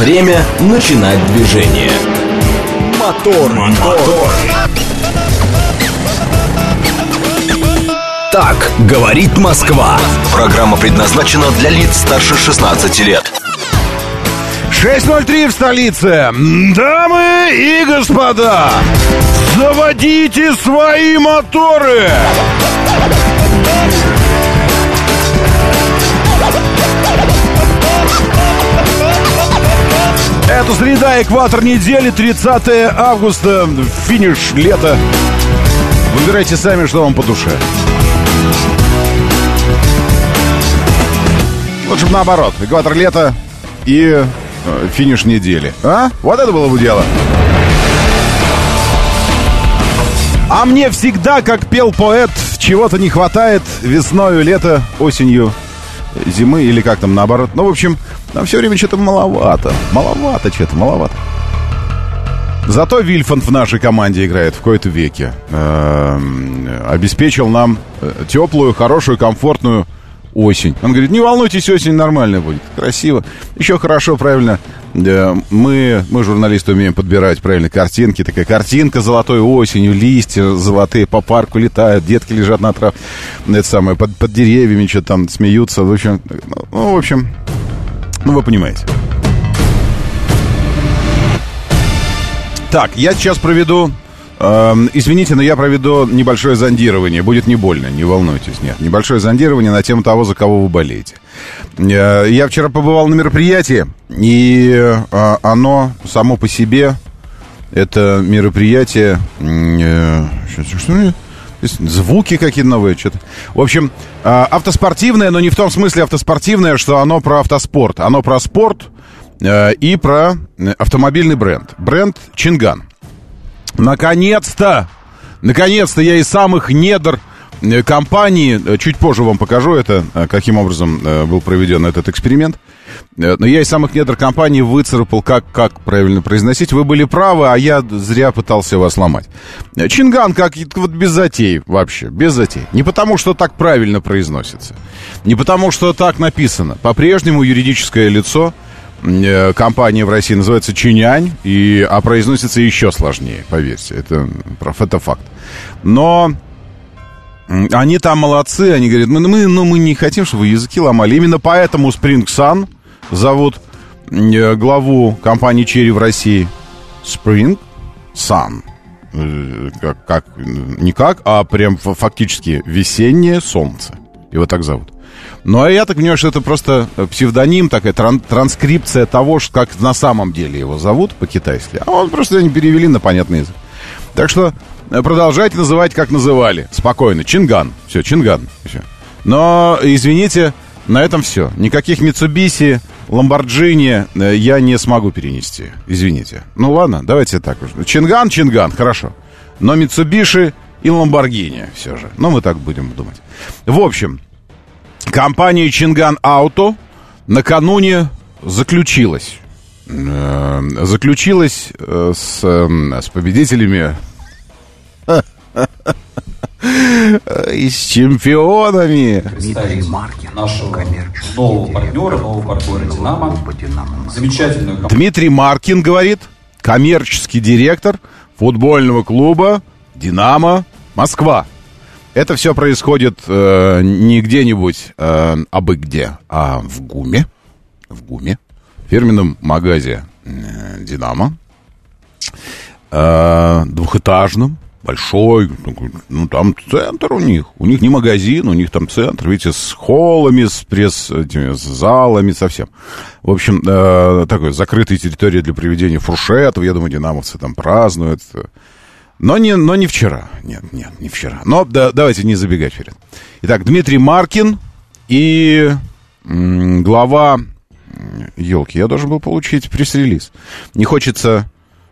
Время начинать движение. Мотор. Так говорит Москва. Программа предназначена для лиц старше 16 лет. 6:03 в столице. Дамы и господа, заводите свои моторы. Это среда, экватор недели, 30 августа, финиш лета. Выбирайте сами, что вам по душе. Лучше бы наоборот, экватор лета и финиш недели. А? Вот это было бы дело. А мне всегда, как пел поэт, чего-то не хватает весною, лето, осенью, зимы или как там наоборот. Ну, в общем, нам все время что-то маловато. Маловато. Зато Вильфанд в нашей команде играет в кои-то веке. Обеспечил нам теплую, хорошую, комфортную осень. Он говорит, не волнуйтесь, осень нормальная будет. Красиво. Еще хорошо, правильно. Мы журналисты, умеем подбирать правильно картинки. Такая картинка золотой осенью, листья золотые по парку летают, детки лежат на траве, это самое, под деревьями что-то там смеются. В общем, вы понимаете. Так, я сейчас проведу... извините, но я проведу небольшое зондирование. Будет не больно, не волнуйтесь. Нет, небольшое зондирование на тему того, за кого вы болеете. Я вчера побывал на мероприятии, и оно само по себе, это мероприятие... Звуки какие-то новые, что-то. В общем, автоспортивное, но не в том смысле автоспортивное, что оно про автоспорт. Оно про спорт и про автомобильный бренд. Бренд Чинган. Наконец-то я из самых недр компании, чуть позже вам покажу это, каким образом был проведен этот эксперимент, но я из самых недр компании выцарапал, как правильно произносить. Вы были правы, а я зря пытался вас сломать. Чинган, как вот без затей вообще, без затей. Не потому, что так правильно произносится, не потому, что так написано. По-прежнему юридическое лицо компания в России называется Чинянь, а произносится еще сложнее, поверьте. Это факт. Но они там молодцы, они говорят, мы не хотим, чтобы вы языки ломали. Именно поэтому Spring Sun зовут главу компании Chery в России Spring Sun. А прям фактически весеннее солнце. Его так зовут. Ну, а я так понимаю, что это просто псевдоним, такая транскрипция того, как на самом деле его зовут по-китайски. А он просто не перевели на понятный язык. Так что продолжайте называть, как называли. Спокойно. Чинган. Все, Чинган. Все. Но, извините, на этом все. Никаких Mitsubishi, Lamborghini я не смогу перенести. Извините. Ну, ладно, давайте так уж. Чинган, хорошо. Но Mitsubishi и Lamborghini все же. Ну, мы так будем думать. В общем... Компания Чинган Auto накануне заключилась с победителями и с чемпионами. Дмитрий Маркин, нашего нового партнера «Динамо». Замечательную компанию. Дмитрий Маркин, говорит, коммерческий директор футбольного клуба «Динамо» Москва. Это все происходит не где-нибудь, абы где, а в ГУМе. В фирменном магазе «Динамо». Двухэтажном, большой. Ну, там центр у них. У них не магазин, у них там центр, видите, с холлами, с пресс-залами, совсем. В общем, такой закрытой территории для проведения фуршетов. Я думаю, динамовцы там празднуют. Но не вчера. Нет, не вчера. Но давайте не забегать вперед. Итак, Дмитрий Маркин и глава... Ёлки, я должен был получить пресс-релиз. Не хочется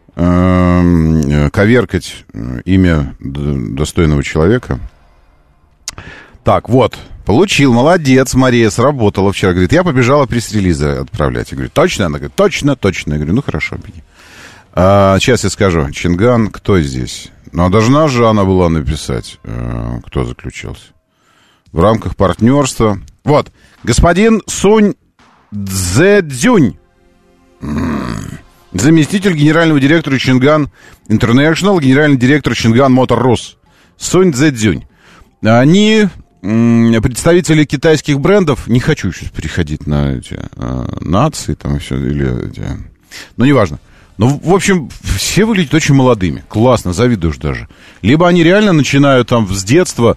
коверкать имя достойного человека. Так, вот, получил, молодец, Мария, сработала вчера. Говорит, я побежала пресс-релизы отправлять. Я говорю, точно? Она говорит, точно. Я говорю, ну хорошо, беги. Сейчас я скажу. Чинган, кто здесь? Ну, должна же она была написать, кто заключился. В рамках партнерства. Вот, господин Сунь Цзэцзюнь. Заместитель генерального директора Чинган International, генеральный директор Чинган Мотор Рус Сунь Цзэцзюнь. Они представители китайских брендов. Не хочу сейчас переходить на эти нации там и все, или эти, ну, неважно. Ну, в общем, все выглядят очень молодыми. Классно, завидуешь даже. Либо они реально начинают там с детства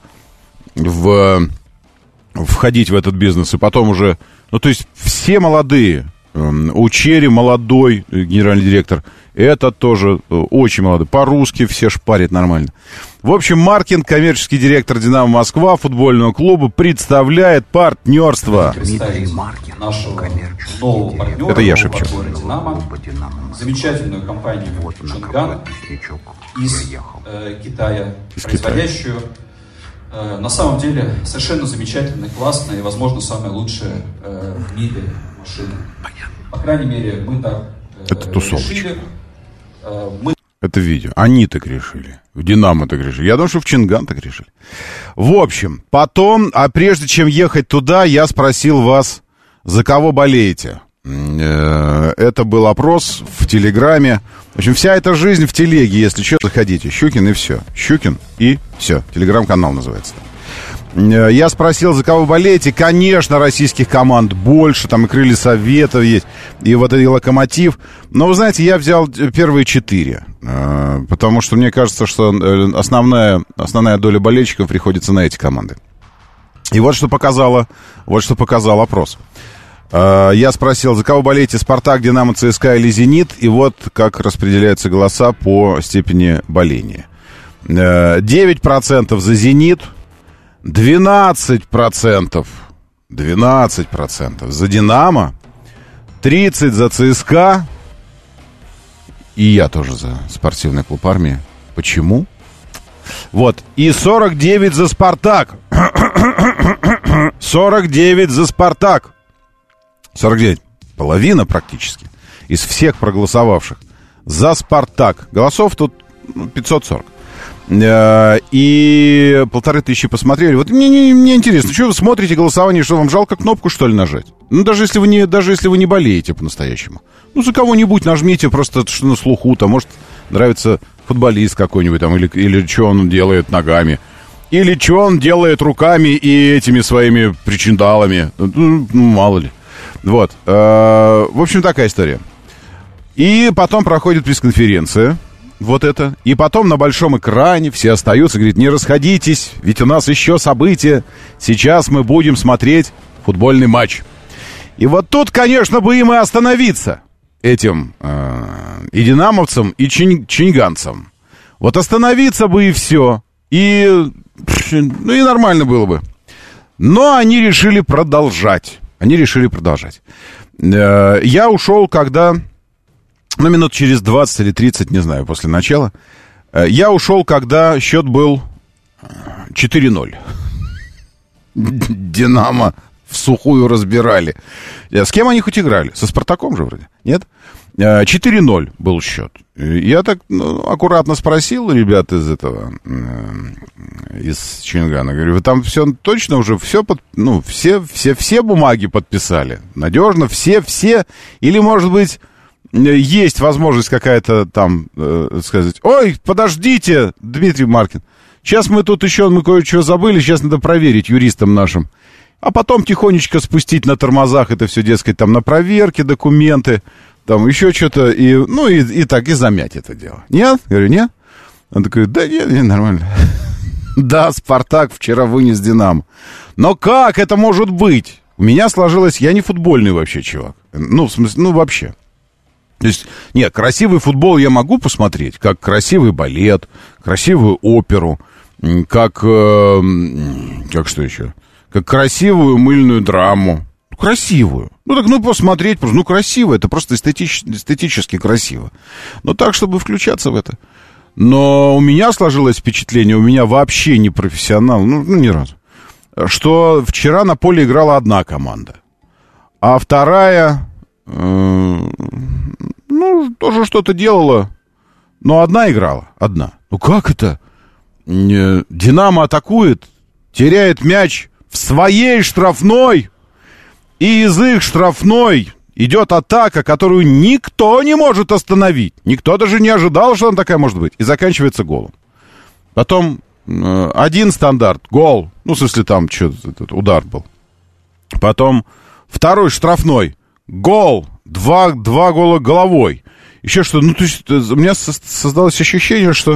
входить в этот бизнес, и потом уже... Ну, то есть все молодые. У Черри молодой генеральный директор. Этот тоже очень молодой. По-русски все шпарит нормально. В общем, Маркин, коммерческий директор «Динамо Москва», футбольного клуба, представляет партнерство. Дмитрий Маркин, нашего нового партнера. Это я шепчу. «Динамо». Замечательную компанию «Чинган» из Китая, производящую на самом деле совершенно замечательные, классные и, возможно, самые лучшие в мире машины. По крайней мере, мы так это решили. Это видео. Они так решили. В «Динамо» так решили. Я думаю, что в «Чинган» так решили. В общем, потом, а прежде чем ехать туда, я спросил вас, за кого болеете. Это был опрос в Телеграме. В общем, вся эта жизнь в телеге, если что, заходите. Щукин и все. Щукин и все. Телеграм-канал называется. Я спросил, за кого болеете. Конечно, российских команд больше. Там и «Крылья Советов» есть, и вот и «Локомотив». Но, вы знаете, я взял первые 4. Потому что мне кажется, что основная доля болельщиков приходится на эти команды. И вот что показал опрос. Я спросил, за кого болеете: «Спартак», «Динамо», «ЦСКА» или «Зенит». И вот как распределяются голоса по степени боления. 9% за «Зенит», 12% за «Динамо», 30% за «ЦСКА». И я тоже за спортивный клуб «Армия». Почему? Вот. И 49% за «Спартак». 49% за «Спартак». 49. Половина практически из всех проголосовавших за «Спартак». Голосов тут 540. И 1500 посмотрели. Вот мне интересно, что вы смотрите голосование, что вам жалко кнопку, что ли, нажать? Ну, даже если вы не болеете по-настоящему. Ну, за кого-нибудь нажмите просто что на слуху. Там, может, нравится футболист какой-нибудь там, или что он делает ногами. Или что он делает руками и этими своими причиндалами. Ну, мало ли. Вот. В общем, такая история. И потом проходит пресс-конференция. Вот это. И потом на большом экране все остаются, говорит, не расходитесь, ведь у нас еще события. Сейчас мы будем смотреть футбольный матч. И вот тут, конечно, бы им и остановиться, этим и динамовцам, и чинганцам. Вот остановиться бы и все. И нормально было бы. Но они решили продолжать. Я ушел, когда... минут через 20 или 30, не знаю, после начала. Я ушел, когда счет был 4-0. «Динамо» в сухую разбирали. С кем они хоть играли? Со «Спартаком» же вроде? Нет? 4-0 был счет. Я так аккуратно спросил ребят из Чингана. Говорю, вы там все точно уже все бумаги подписали? Надежно? Все? Или, может быть... есть возможность какая-то там сказать: ой, подождите, Дмитрий Маркин, сейчас мы кое-что забыли, сейчас надо проверить юристам нашим. А потом тихонечко спустить на тормозах это все, дескать, там на проверке, документы, там еще что-то, и так, и замять это дело. Нет? Я говорю, нет? Он такой, да нет, нормально. Да, «Спартак» вчера вынес «Динамо». Но как это может быть? У меня сложилось, я не футбольный вообще чувак. В смысле, вообще. То есть, нет, красивый футбол я могу посмотреть, как красивый балет, красивую оперу, как что еще? Как красивую мыльную драму. Красивую. Посмотреть, красиво, это просто эстетически красиво. Но так, чтобы включаться в это. Но у меня сложилось впечатление, у меня вообще не профессионал, ни разу, что вчера на поле играла одна команда, а вторая... тоже что-то делала, но одна играла, одна. Как это? «Динамо» атакует, теряет мяч в своей штрафной, и из их штрафной идет атака, которую никто не может остановить. Никто даже не ожидал, что она такая может быть. И заканчивается голом. Потом один стандарт, гол. Ну, в смысле, там что-то удар был. Потом второй штрафной, гол. Два гола головой. Еще что, ну, то есть у меня создалось ощущение, что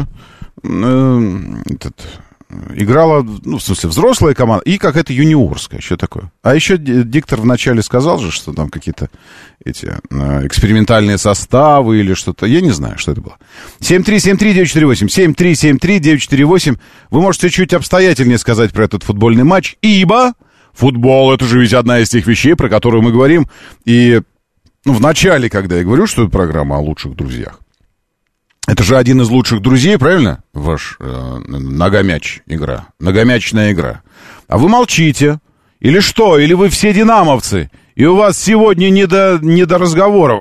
играла, ну, в смысле, взрослая команда и какая-то юниорская, что такое. А еще диктор вначале сказал же, что там какие-то эти экспериментальные составы или что-то. Я не знаю, что это было. 7373948, 7373948. Вы можете чуть обстоятельнее сказать про этот футбольный матч, ибо футбол — это же ведь одна из тех вещей, про которые мы говорим. И в начале, когда я говорю, что это программа о лучших друзьях, это же один из лучших друзей, правильно? Ваш ногомяч игра. Ногомячная игра. А вы молчите. Или что? Или вы все динамовцы? И у вас сегодня не до разговоров.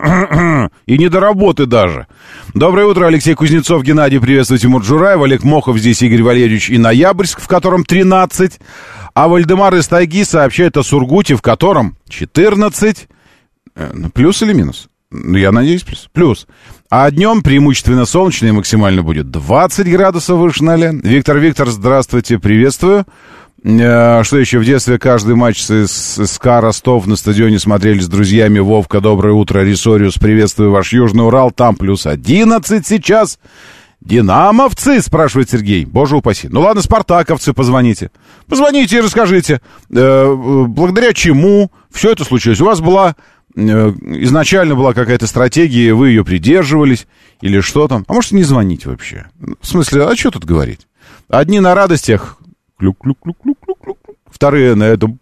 И не до работы даже. Доброе утро, Алексей Кузнецов, Геннадий, приветствую, Тимур Джураев, Олег Мохов, здесь Игорь Валерьевич и Ноябрьск, в котором 13. А Вальдемар из тайги сообщает о Сургуте, в котором 14. Плюс или минус? Я надеюсь, плюс. А днем преимущественно солнечно и максимально будет 20 градусов выше 0. Виктор, здравствуйте, приветствую. Что еще? В детстве каждый матч с СКА Ростов на стадионе смотрели с друзьями. Вовка, доброе утро, Рисориус, приветствую, ваш Южный Урал, там плюс 11 сейчас. Динамовцы, спрашивает Сергей. Боже упаси. Ну ладно, спартаковцы, позвоните. Позвоните и расскажите, благодаря чему все это случилось. У вас изначально была какая-то стратегия, вы ее придерживались, или что там. А может, не звонить вообще. В смысле, а что тут говорить? Одни на радостях, клюк-клюк-клюк-клюк-клюк, вторые на этом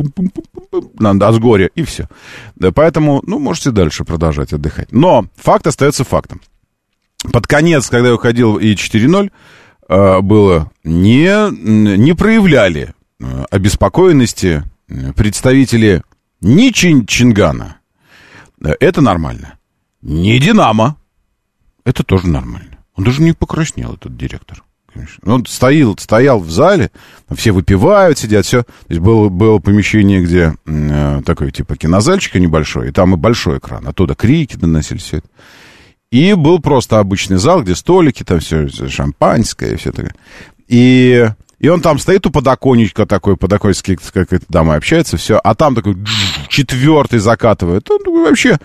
на сгоре, и все. Да, поэтому, можете дальше продолжать отдыхать. Но факт остается фактом. Под конец, когда я уходил и 4-0, было, не проявляли обеспокоенности представители ни Чингана. Это нормально. Не Динамо. Это тоже нормально. Он даже не покраснел, этот директор. Конечно. Он стоял в зале, все выпивают, сидят, все. То есть было помещение, где такой типа кинозальчика небольшой, и там и большой экран. Оттуда крики доносились, все это. И был просто обычный зал, где столики, там все шампанское, все такое. И он там стоит у подоконника такой, подоконнический, как это дамы общаются, все. А там такой четвертый закатывает. Он вообще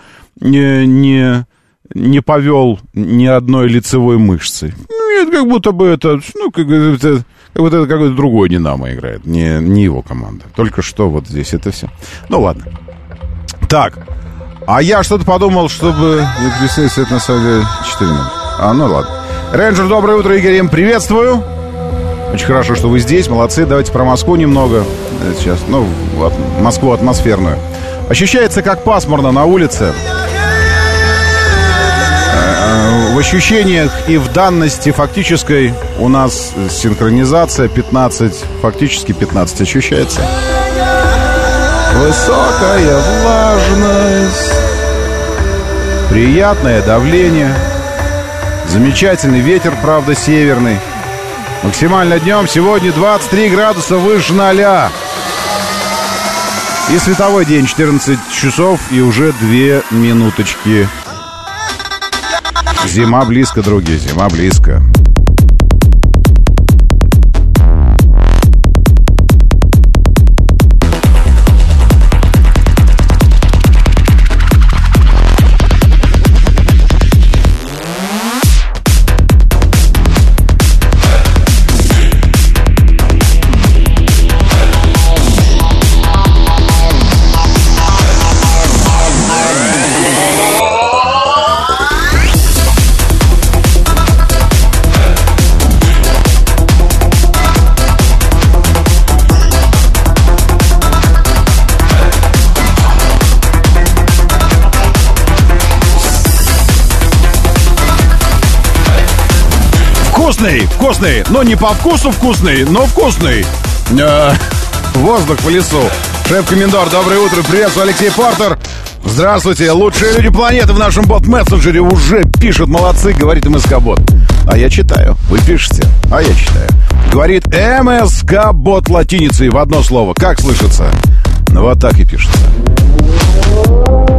не повел ни одной лицевой мышцы. Нет, как будто бы это, как будто это какой-то другой Динамо играет. Не его команда. Только что вот здесь это все. Ну ладно. Так. А я что-то подумал, чтобы не присоединиться, это на самом деле 4-0. Ну ладно. Рейнджер, доброе утро, Игорь, приветствую. Очень хорошо, что вы здесь, молодцы. Давайте про Москву немного. Сейчас, Москву атмосферную. Ощущается как пасмурно на улице. В ощущениях и в данности фактической у нас синхронизация 15, фактически 15 ощущается. Высокая влажность, приятное давление, замечательный ветер, правда, северный. Максимально днем сегодня 23 градуса выше 0. И световой день 14 часов и уже 2 минуточки. Зима близко, други, зима близко. Вкусный, но не по вкусу вкусный, но вкусный. Воздух в лесу. Шеф-комендор, доброе утро, приветствую, Алексей Портер. Здравствуйте, лучшие люди планеты в нашем бот-мессенджере уже пишут, молодцы, говорит МСК-бот. А я читаю, вы пишете, а я читаю. Говорит МСК-бот латиницей в одно слово. Как слышится? Вот так и пишется.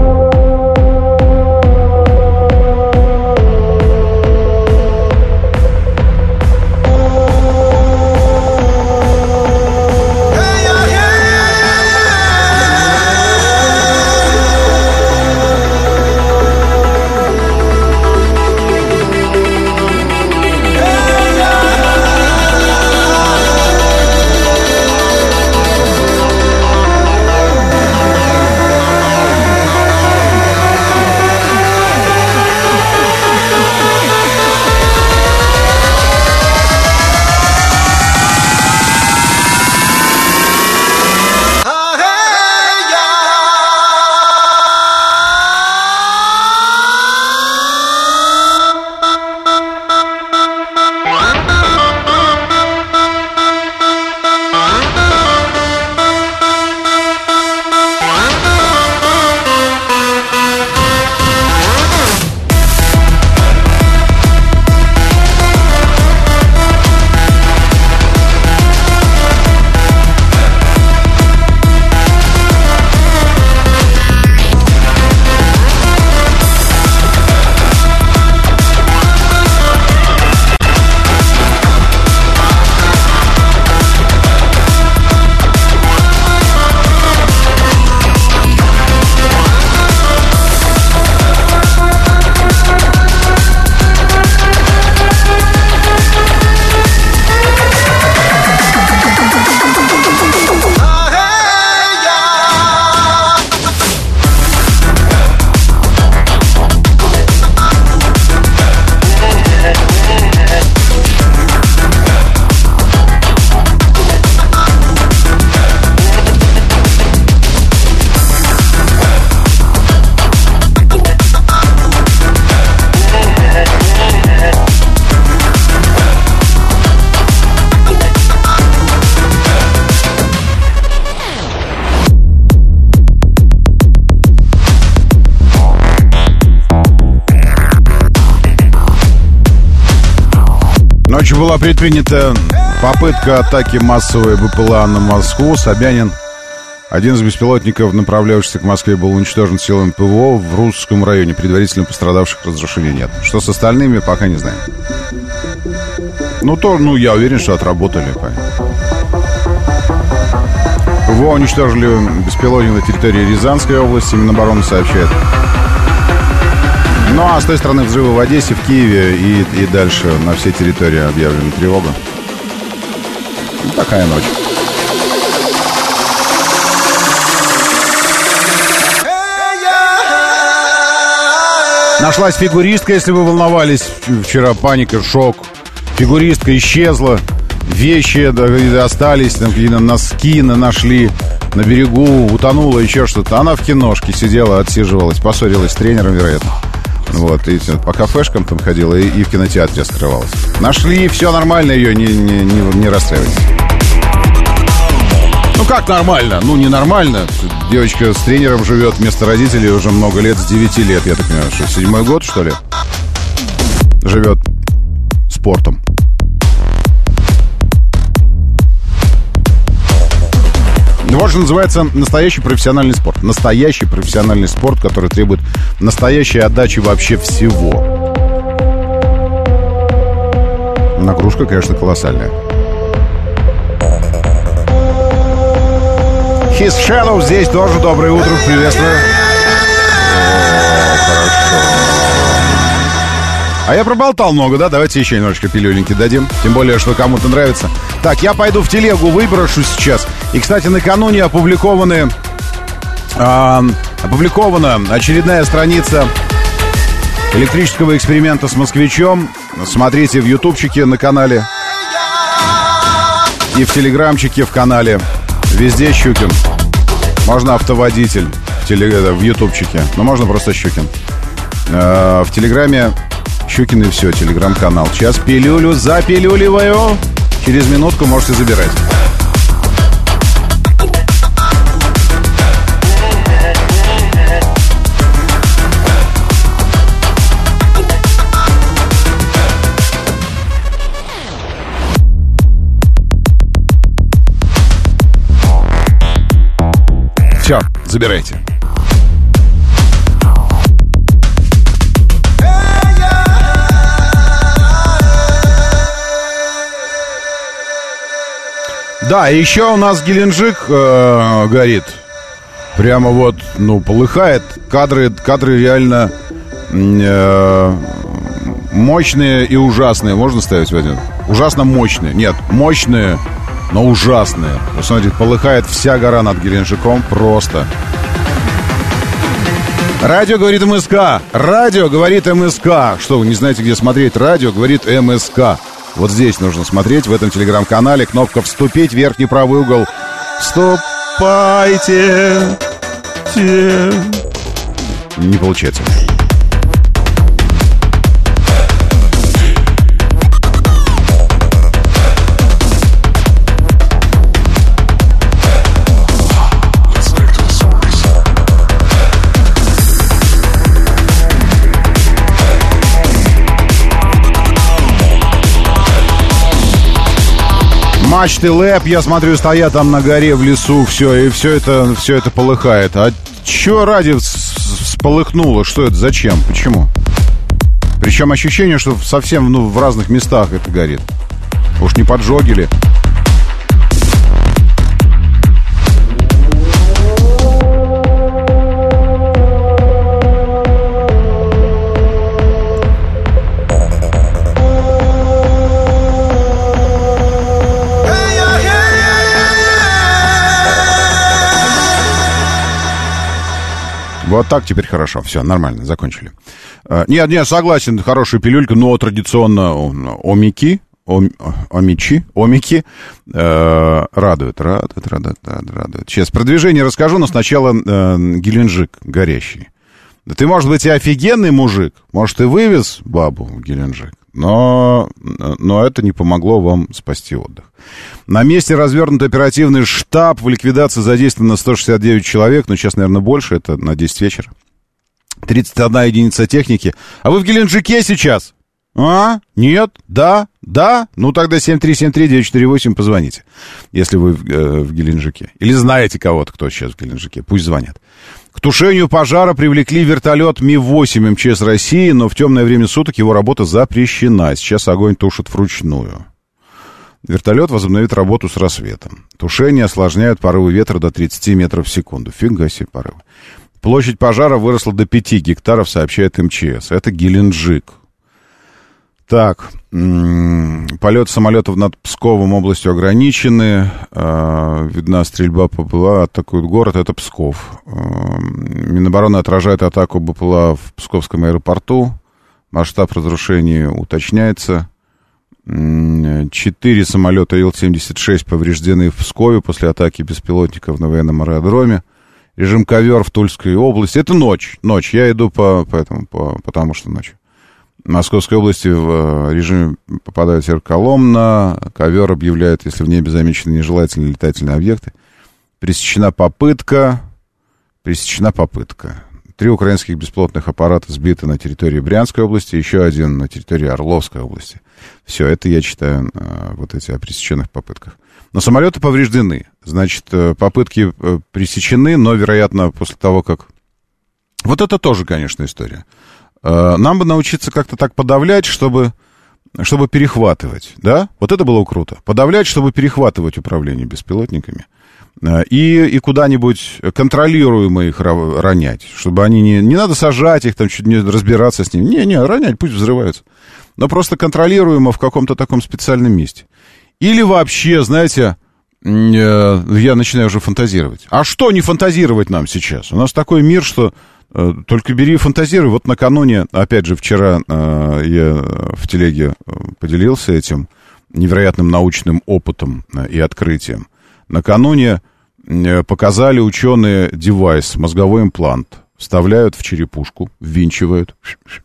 Ночью была предпринята попытка атаки массовой БПЛА на Москву. Собянин, один из беспилотников, направлявшийся к Москве, был уничтожен силами ПВО в Русском районе. Предварительно пострадавших разрушений нет. Что с остальными, пока не знаем. Я уверен, что отработали. ПВО уничтожили беспилотник на территории Рязанской области, Минобороны сообщает. Ну, а с той стороны взрывы в Одессе, в Киеве и дальше на всей территории объявлена тревога. Такая ночь. Нашлась фигуристка, если вы волновались. Вчера паника, шок. Фигуристка исчезла. Вещи остались, там какие-то носки нашли на берегу, утонула, еще что-то. Она в киношке сидела, отсиживалась, поссорилась с тренером, вероятно. Вот, и по кафешкам там ходила и в кинотеатре скрывалась. Нашли, все нормально, ее не расстраивайтесь. Ну как нормально? Ну не нормально. Девочка с тренером живет вместо родителей уже много лет, с 9 лет, я так понимаю, что 7-й год, что ли? Живет спортом. Вот что называется настоящий профессиональный спорт. Настоящий профессиональный спорт, который требует настоящей отдачи вообще всего. Нагрузка, конечно, колоссальная. His Shadow здесь тоже. Доброе утро, приветствую. Хорошо. А я проболтал много, да? Давайте еще немножечко пилюленьки дадим. Тем более, что кому-то нравится. Так, я пойду в телегу, выброшу сейчас. И, кстати, накануне опубликована очередная страница электрического эксперимента с москвичом. Смотрите в ютубчике на канале. И в телеграмчике в канале. Везде Щукин. Можно автоводитель в ютубчике. Но можно просто Щукин. В телеграме Щукин и все, телеграм-канал. Сейчас пилюлю запилюливаю. Через минутку можете забирать. Все, забирайте. Да, еще у нас Геленджик горит. Прямо вот, полыхает. Кадры реально мощные и ужасные. Можно ставить в один? Ужасно мощные. Нет, мощные, но ужасные. Посмотрите, полыхает вся гора над Геленджиком просто. Радио говорит МСК. Радио говорит МСК. Что, вы не знаете, где смотреть? Радио говорит МСК. Вот здесь нужно смотреть, в этом телеграм-канале. Кнопка «Вступить», верхний правый угол. Вступайте. Не получается. Мачты ЛЭП, я смотрю, стоят там на горе в лесу, все это полыхает. А чё ради всполыхнуло? Что это? Зачем? Почему? Причем ощущение, что совсем в разных местах это горит. Уж не поджоги ли? Вот так теперь хорошо. Все, нормально, закончили. Нет, согласен, хорошая пилюлька, но традиционно омики радуют. Сейчас продвижение расскажу, но сначала Геленджик горящий. Да ты, может быть, и офигенный мужик, может, и вывез бабу в Геленджик, но это не помогло вам спасти отдых. На месте развернут оперативный штаб. В ликвидации задействовано 169 человек. Но сейчас, наверное, больше. Это на 10 вечера. 31 единица техники. А вы в Геленджике сейчас? А? Нет? Да? Да? Ну, тогда 7373948 позвоните, если вы в Геленджике. Или знаете кого-то, кто сейчас в Геленджике. Пусть звонят. К тушению пожара привлекли вертолет Ми-8 МЧС России, но в темное время суток его работа запрещена. Сейчас огонь тушат вручную. Вертолет возобновит работу с рассветом. Тушение осложняют порывы ветра до 30 метров в секунду. Фига себе порывы. Площадь пожара выросла до 5 гектаров, сообщает МЧС. Это Геленджик. Так, полет самолетов над Псковом областью ограничены. Видна стрельба БПЛА, атакует город, это Псков. Минобороны отражает атаку БПЛА в Псковском аэропорту. Масштаб разрушений уточняется. 4 самолета Ил-76 повреждены в Пскове после атаки беспилотников на военном аэродроме. Режим ковер в Тульской области. Это ночь. Я иду потому что ночью. В Московской области в режиме попадают Коломна. Ковер объявляет, если в небе замечены нежелательные летательные объекты. Пресечена попытка. 3 украинских беспилотных аппарата сбиты на территории Брянской области, еще один на территории Орловской области. Все, это я читаю вот эти о пресеченных попытках. Но самолеты повреждены. Значит, попытки пресечены, но, вероятно, после того, как... Вот это тоже, конечно, история. Нам бы научиться как-то так подавлять, чтобы перехватывать, да? Вот это было круто. Подавлять, чтобы перехватывать управление беспилотниками. И куда-нибудь контролируемо их ронять. Чтобы они не надо сажать их, там чуть не разбираться с ними. Не, ронять, пусть взрываются. Но просто контролируемо в каком-то таком специальном месте. Или вообще, знаете, я начинаю уже фантазировать. А что не фантазировать нам сейчас? У нас такой мир, что только бери и фантазируй. Вот накануне, опять же, вчера я в телеге поделился этим невероятным научным опытом и открытием. Накануне показали ученые девайс, мозговой имплант. Вставляют в черепушку, ввинчивают.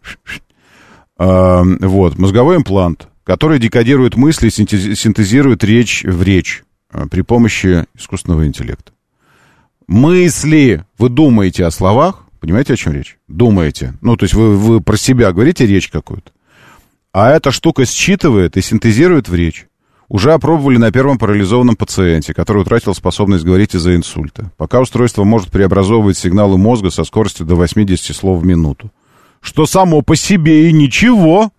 Вот, мозговой имплант, который декодирует мысли, синтезирует речь в речь при помощи искусственного интеллекта. Мысли. Вы думаете о словах, понимаете, о чем речь? Думаете. Ну, то есть вы про себя говорите речь какую-то. А эта штука считывает и синтезирует в речь. Уже опробовали на первом парализованном пациенте, который утратил способность говорить из-за инсульта. Пока устройство может преобразовывать сигналы мозга со скоростью до 80 слов в минуту. Что само по себе и ничего.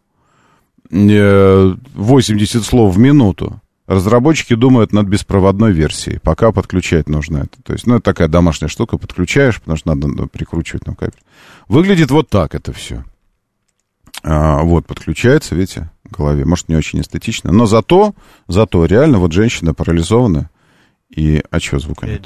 80 слов в минуту. Разработчики думают над беспроводной версией. Пока подключать нужно это. То есть, это такая домашняя штука. Подключаешь, потому что надо прикручивать на кабель. Выглядит вот так это все. Вот, подключается, видите, к голове. Может, не очень эстетично. Но зато реально вот женщина парализованная. И... А чего звука нет?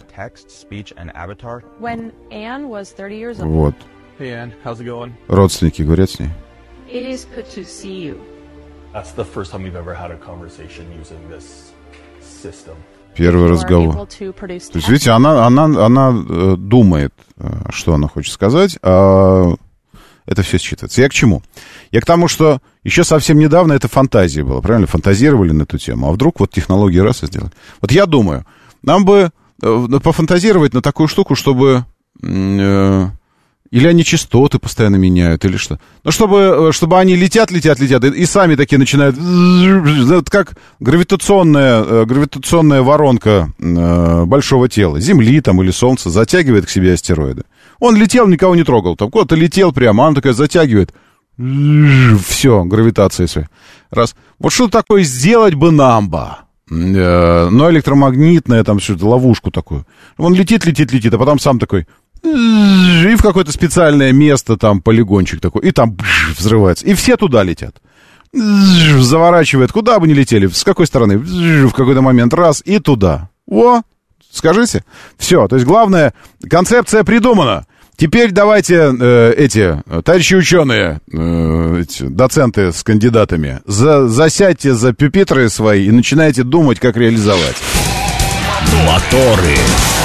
Вот. Hey Ann, how's it going? Родственники говорят с ней. It is good to see you. That's the first time we've ever had a conversation using this system. Первый разговор. То есть, видите, она думает, что она хочет сказать, а это все считывается. Я к чему? Я к тому, что еще совсем недавно это фантазия была, правильно? Фантазировали на эту тему, а вдруг вот технологии раз и сделали. Вот я думаю, нам бы пофантазировать на такую штуку, чтобы... Или они частоты постоянно меняют, или что. Ну, чтобы они летят, и сами такие начинают... Это как гравитационная воронка большого тела, Земли там или Солнца, затягивает к себе астероиды. Он летел, никого не трогал. Там куда-то летел прямо, она такая затягивает. Все, гравитация своя. Раз. Вот что такое сделать бы нам бы? Но электромагнитная, там что-то, ловушку такую. Он летит, а потом сам такой... И в какое-то специальное место, там, полигончик такой, и там взрывается. И все туда летят. Заворачивает, куда бы ни летели, с какой стороны, в какой-то момент раз, и туда. О, скажите. Все, то есть главное, концепция придумана. Теперь давайте товарищи ученые, доценты с кандидатами, засядьте за пюпитры свои и начинайте думать, как реализовать. Моторы.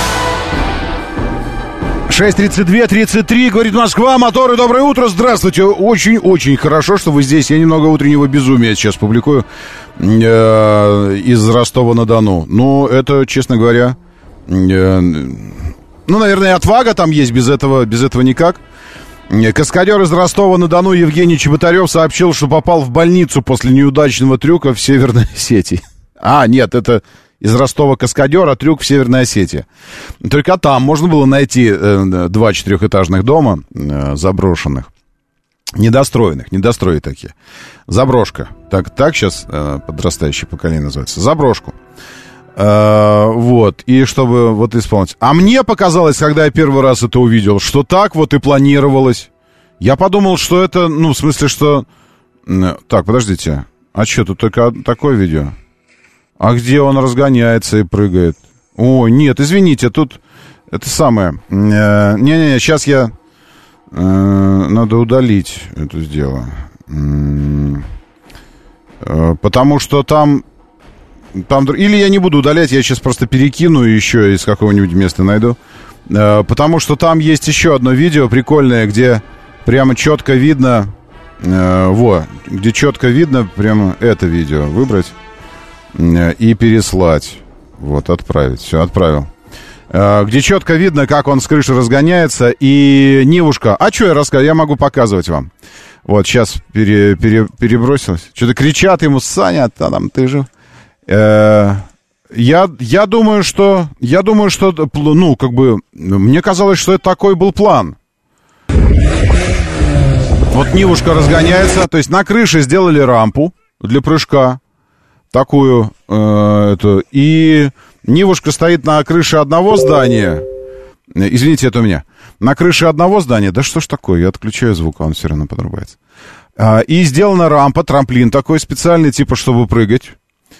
6:32:33, говорит Москва, моторы, доброе утро, здравствуйте. Очень-очень хорошо, что вы здесь. Я немного утреннего безумия сейчас публикую из Ростова-на-Дону. Ну, это, честно говоря, наверное, отвага там есть, без этого никак. Каскадер из Ростова-на-Дону Евгений Чеботарев сообщил, что попал в больницу после неудачного трюка в Северной Осетии. Нет, это из Ростова каскадер, а трюк в Северной Осетии. Только там можно было найти 2 4-этажных дома заброшенных. Недостроенных, недострои такие. Заброшка. Так сейчас подрастающее поколение называется. Заброшку. Вот. И чтобы вот исполнить. А мне показалось, когда я первый раз это увидел, что так вот и планировалось. Я подумал, что это, в смысле, что... Так, подождите. А что, тут только такое видео? А где он разгоняется и прыгает? Ой, нет, извините, тут это самое. Не-не-не, сейчас я... Надо удалить это дело. Потому что там... Или я не буду удалять, я сейчас просто перекину еще из какого-нибудь места найду. Потому что там есть еще одно видео прикольное, где прямо четко видно... где четко видно прямо это видео. Выбрать и переслать. Вот, отправить. Все, отправил. Где четко видно, как он с крыши разгоняется. И Нивушка... А что я рассказываю? Я могу показывать вам. Вот, сейчас перебросилось. Что-то кричат ему: Саня, там ты же... Я думаю, что... Мне казалось, что это такой был план. Вот Нивушка разгоняется. То есть на крыше сделали рампу для прыжка. Такую. И Нивушка стоит на крыше одного здания. Извините, это у меня. На крыше одного здания. Да что ж такое? Я отключаю звук, а он все равно подрубается. И сделана рампа, трамплин такой специальный, типа, чтобы прыгать.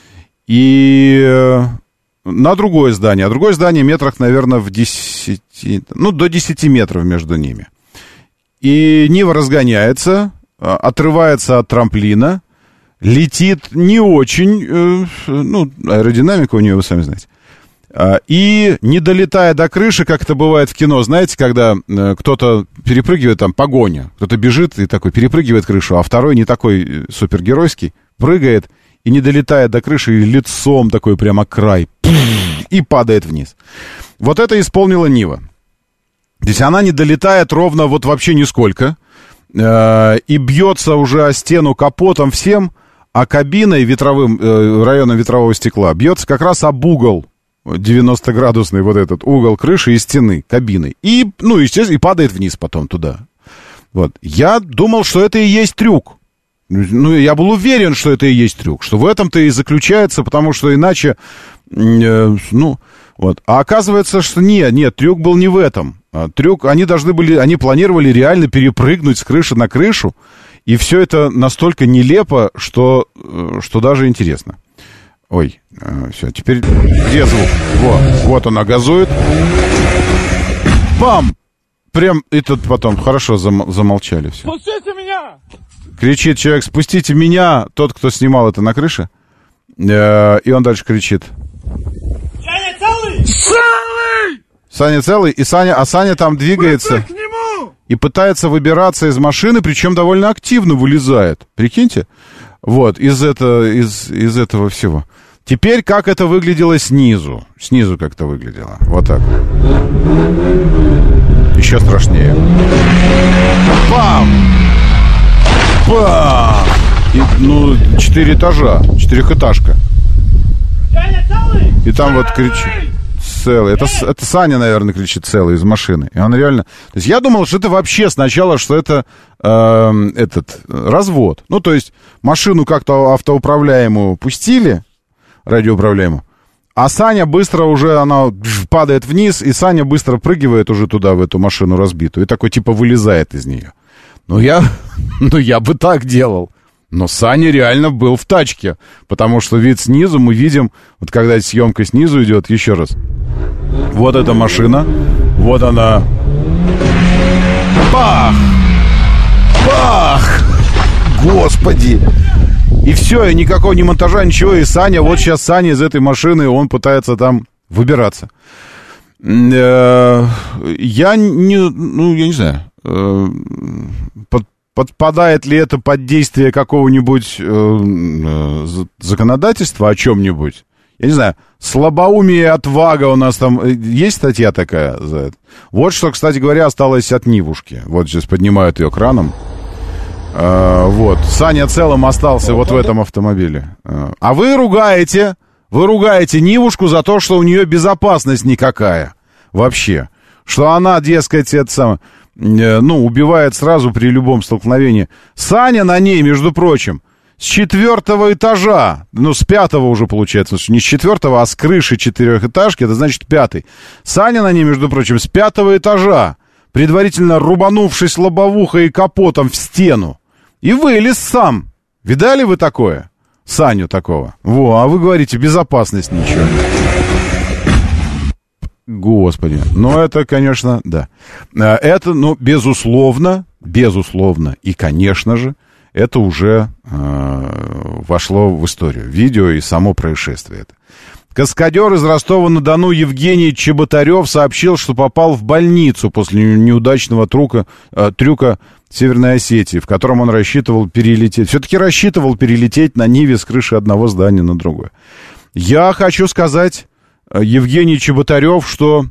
И на другое здание. А другое здание метрах, наверное, в 10... до 10 метров между ними. И Нива разгоняется, отрывается от трамплина, летит не очень, аэродинамика у нее, вы сами знаете. И, не долетая до крыши, как это бывает в кино, знаете, когда кто-то перепрыгивает, там, погоня, кто-то бежит и такой перепрыгивает крышу, а второй не такой супергеройский, прыгает и, не долетая до крыши, лицом такой прямо край, и падает вниз. Вот это исполнила Нива. Здесь она не долетает ровно вот вообще нисколько, и бьется уже о стену капотом всем, а кабиной районом ветрового стекла бьется как раз об угол, 90-градусный вот этот угол крыши и стены кабины. И, естественно, и падает вниз потом туда. Вот. Я думал, что это и есть трюк. Я был уверен, что это и есть трюк, что в этом-то и заключается, потому что иначе, вот. А оказывается, что нет, трюк был не в этом. Трюк, они планировали реально перепрыгнуть с крыши на крышу, и все это настолько нелепо, что даже интересно. Ой, все, теперь где звук? Вот она газует. Бам! Прям, и тут потом хорошо замолчали все. Спустите меня! Кричит человек: спустите меня, тот, кто снимал это на крыше. И он дальше кричит: Саня целый! Целый! Саня целый, и Саня там двигается и пытается выбираться из машины, причем довольно активно вылезает. Прикиньте? Вот, из этого всего. Теперь как это выглядело снизу. Снизу как это выглядело. Вот так. Еще страшнее. Бам! Бам! 4 этажа. 4-этажка. И там вот кричит: целый. Это Саня, наверное, кричит: целый из машины. И он реально... То есть я думал, что это вообще сначала, что это развод. То есть машину как-то автоуправляемую пустили, радиоуправляемую, а Саня быстро уже, она падает вниз, и Саня быстро прыгивает уже туда, в эту машину разбитую, и такой типа вылезает из нее. Я бы так делал. Но Саня реально был в тачке, потому что вид снизу мы видим, вот когда съемка снизу идет, еще раз. Вот эта машина, вот она. Бах! Бах! Господи! И все, и никакого ни монтажа, ничего, и Саня, вот сейчас Саня из этой машины, он пытается там выбираться. Я не знаю, подпадает ли это под действие какого-нибудь законодательства о чем-нибудь? я не знаю, слабоумие и отвага у нас там... Есть статья такая за это? Вот что, кстати говоря, осталось от Нивушки. Вот сейчас поднимают ее краном. Вот. Саня целым остался вот в этом автомобиле. А вы ругаете Нивушку за то, что у нее безопасность никакая. Вообще. Что она, дескать, это самое... убивает сразу при любом столкновении. Саня на ней, между прочим, с 4-го этажа, с 5-го уже получается, не с 4-го, а с крыши 4-этажки, это значит 5-й. Саня на ней, между прочим, с 5-го этажа, предварительно рубанувшись лобовухой и капотом в стену, и вылез сам. Видали вы такое? Саню такого. А вы говорите, безопасность ничего. Господи, это, конечно, да. Это, безусловно, и, конечно же, это уже вошло в историю. Видео и само происшествие это. Каскадер из Ростова-на-Дону Евгений Чеботарев сообщил, что попал в больницу после неудачного трюка в Северной Осетии, в котором он рассчитывал перелететь. Все-таки рассчитывал перелететь на Ниве с крыши одного здания на другое. Я хочу сказать, Евгений Чеботарев, что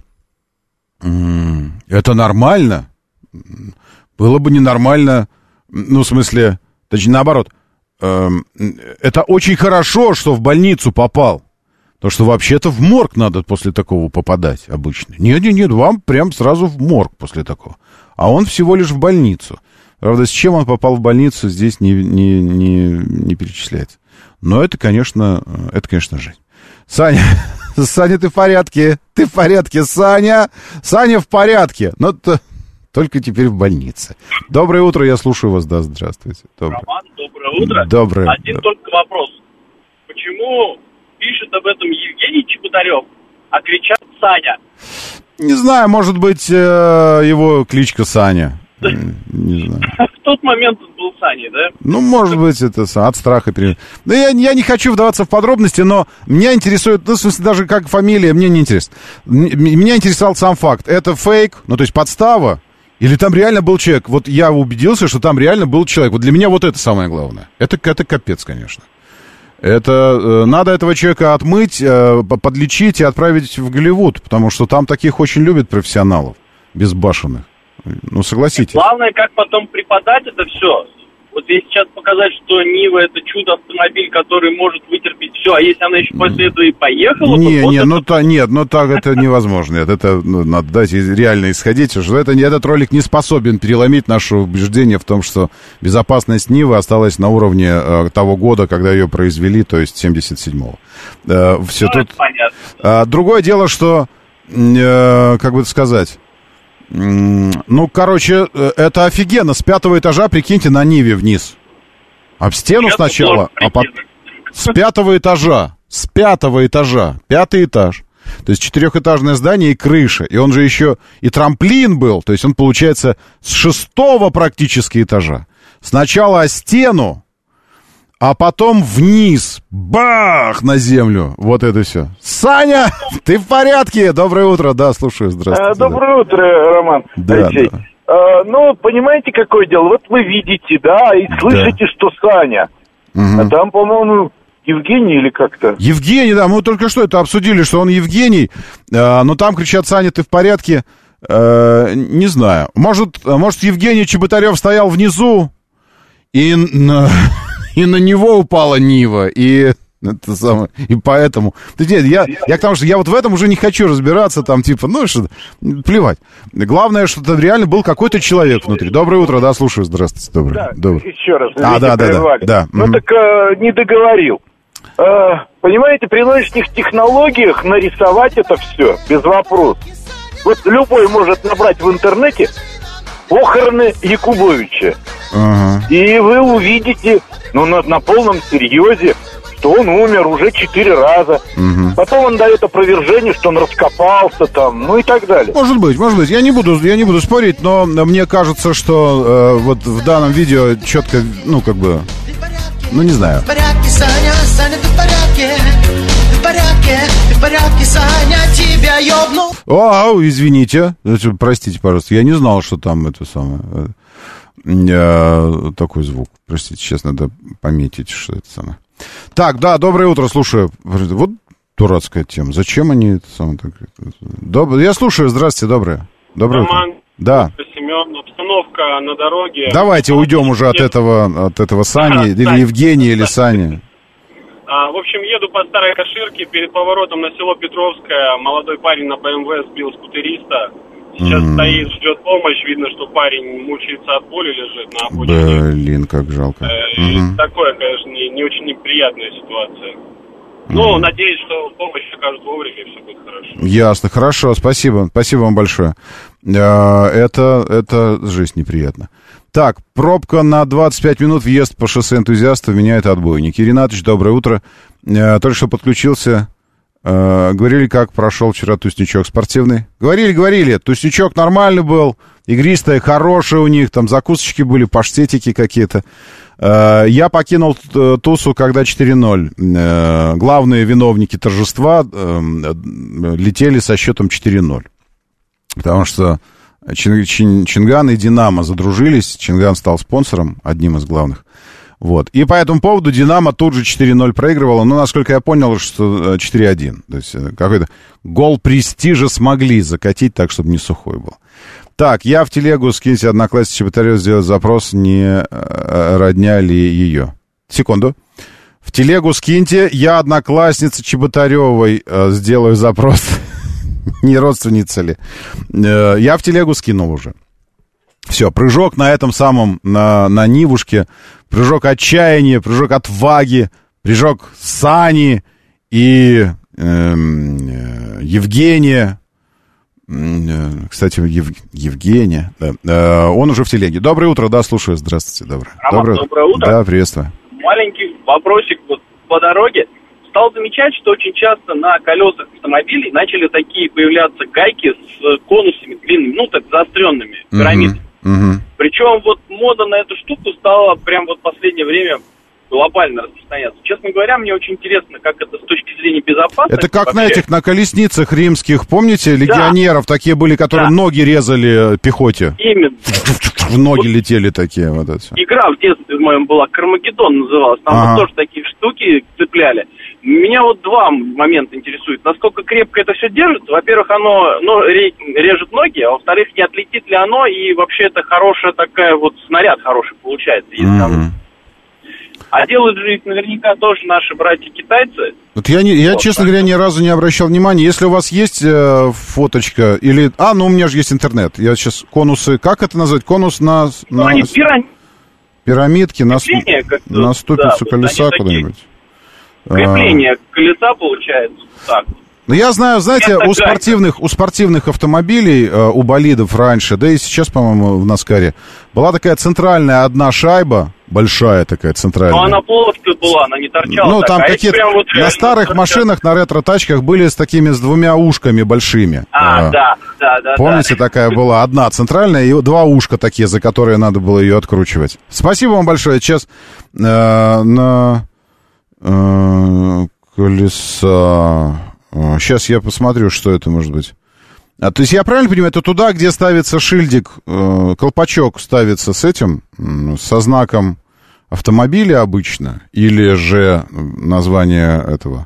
это нормально. Было бы ненормально, в смысле... Точнее, наоборот, это очень хорошо, что в больницу попал. Потому что вообще-то в морг надо после такого попадать обычно. Нет, вам прям сразу в морг после такого. А он всего лишь в больницу. Правда, с чем он попал в больницу, здесь не перечисляется. Но это, конечно, жизнь. Саня, ты в порядке? Ты в порядке, Саня? Саня в порядке. Только теперь в больнице. Доброе утро, я слушаю вас, да, здравствуйте. Роман, доброе утро. Доброе. Один только вопрос. Почему пишет об этом Евгений Чеботарев, а кричат Саня? Не знаю, может быть, его кличка Саня. Не знаю. В тот момент он был Саней, да? Может быть, это от страха. Да я не хочу вдаваться в подробности, но меня интересует, в смысле, даже как фамилия, мне не интересно. Меня интересовал сам факт. Это фейк, то есть подстава? Или там реально был человек? Вот я убедился, что там реально был человек. Вот для меня вот это самое главное. Это капец, конечно. Это надо этого человека отмыть, подлечить и отправить в Голливуд, потому что там таких очень любят профессионалов, безбашенных. Согласитесь. Главное, как потом преподать это все. Вот если сейчас показать, что Нива это чудо-автомобиль, который может вытерпеть все, а если она еще после этого и поехала... Так это невозможно. Нет, это надо дать реально исходить, что этот ролик не способен переломить наше убеждение в том, что безопасность Нивы осталась на уровне того года, когда ее произвели, то есть 77-го. Все тут... Понятно. Другое дело, что, как бы это сказать... это офигенно. С 5-го этажа, прикиньте, на Ниве вниз. Об стену сначала, а потом... С 5-го этажа. 5-й этаж. То есть 4-этажное здание и крыша. И он же еще и трамплин был. То есть он, получается, с 6-го практически этажа. Сначала о стену, а потом вниз. Бах! На землю. Вот это все. Саня, ты в порядке? Доброе утро. Да, слушаю. Здравствуйте. Доброе утро, Роман. Да, Алексей. Да. Понимаете, какое дело? Вот вы видите, да, и слышите, что Саня. Угу. А там, по-моему, Евгений или как-то. Евгений, да, мы только что это обсудили, что он Евгений. Но там кричат: Саня, ты в порядке? Не знаю. Может, Евгений Чеботарев стоял внизу, и на него упала Нива, и поэтому... Я к тому, что я вот в этом уже не хочу разбираться, там, плевать. Главное, что это реально был какой-то человек внутри. Доброе утро, да, слушаю, здравствуйте. Доброе. Еще раз. Да. Не договорил. Понимаете, при нынешних технологиях нарисовать это все без вопросов. Вот любой может набрать в интернете похороны Якубовича. Ага. И вы увидите, на полном серьезе, что он умер уже 4 раза. Угу. Потом он дает опровержение, что он раскопался там, и так далее. Может быть. Я не буду спорить, но мне кажется, что вот в данном видео четко, не знаю. В порядке, Саня, ты в порядке. Ты в порядке, Саня, тебя ёбнул. Извините, простите, пожалуйста, я не знал, что там это самое... Такой звук. Простите, сейчас надо пометить, что это самое. Так, да, доброе утро, слушаю. Вот Дурацкая тема. Зачем они это самое так... Я слушаю, здравствуйте, доброе утро. Да. Семен, обстановка на дороге. Давайте уйдем уже от этого Сани, или Евгения, или Сани. В общем, еду по Старой Каширке, перед поворотом на село Петровское. Молодой парень на БМВ сбил скутериста. Сейчас стоит, ждет помощь. Видно, что парень мучается от боли, лежит на обочине. Блин, как жалко. Такое, конечно, не очень неприятная ситуация. Ну, надеюсь, что помощь окажут вовремя, и все будет хорошо. Ясно, хорошо, спасибо. Спасибо вам большое. Это жизнь неприятна. Так, пробка на 25 минут, въезд по шоссе Энтузиастов меняет отбойники. Ринатович, доброе утро. Только что подключился. Говорили, как прошел вчера тусничок спортивный. Говорили. Тусничок нормальный был. Игристая, хорошая у них. Там закусочки были, паштетики какие-то. Я покинул тусу, когда 4-0. Главные виновники торжества летели со счетом 4-0. Потому что Чинган и Динамо задружились. Чинган стал спонсором, одним из главных. Вот. И по этому поводу Динамо тут же 4-0 проигрывало. Но, насколько я понял, что 4-1. То есть какой-то гол престижа смогли закатить так, чтобы не сухой был. Так, я в телегу, скиньте однокласснице Чеботаревой, сделать запрос, не родня ли ее. Секунду. В телегу скиньте, я однокласснице Чеботаревой сделаю запрос. Не родственница ли? Я в телегу скинул уже. Все, прыжок на этом самом, на Нивушке, прыжок отчаяния, прыжок отваги, прыжок Сани и Евгения. Кстати, Евгения, да. Он уже в телеге. Доброе утро, да, слушаю, здравствуйте. Доброе утро. Да, приветствую. Маленький вопросик вот по дороге. Стал замечать, что очень часто на колесах автомобилей начали такие появляться гайки с конусами длинными, ну так заостренными, пирамидами. Причем вот мода на эту штуку стала прям вот в последнее время глобально распространяться. Честно говоря, мне очень интересно, как это с точки зрения безопасности. Это как вообще... на колесницах римских, помните, легионеров такие были, которые ноги резали пехоте? Именно. В ноги летели такие вот это все. Игра в детстве в моем была, Кармагеддон называлась, там вот тоже такие штуки цепляли. Меня вот два момента интересуют. Насколько крепко это все держит. Во-первых, оно режет ноги, а во-вторых, не отлетит ли оно, и вообще это хорошая такая вот снаряд хороший получается. Если А делают же их наверняка тоже наши братья-китайцы. Вот я честно говоря, ни разу не обращал внимания. Если у вас есть фоточка или... ну у меня же есть интернет. Я сейчас конусы... Как это назвать? Конус на... они пирамидки на ступицу колеса куда-нибудь. Крепление колеса получается так. Ну, я знаю, знаете, у спортивных автомобилей, у болидов раньше, да и сейчас, по-моему, в Наскаре, была такая центральная одна шайба, большая такая центральная. Но она плоская была, она не торчала. Ну, там какие-то... Вот на старых машинах, на ретро-тачках были с двумя ушками большими. Да. Помните, такая была одна центральная и два ушка такие, за которые надо было ее откручивать. Спасибо вам большое. Сейчас на колеса... Сейчас я посмотрю, что это может быть. То есть я правильно понимаю, это туда, где ставится шильдик, колпачок ставится с этим, со знаком автомобиля обычно, или же название этого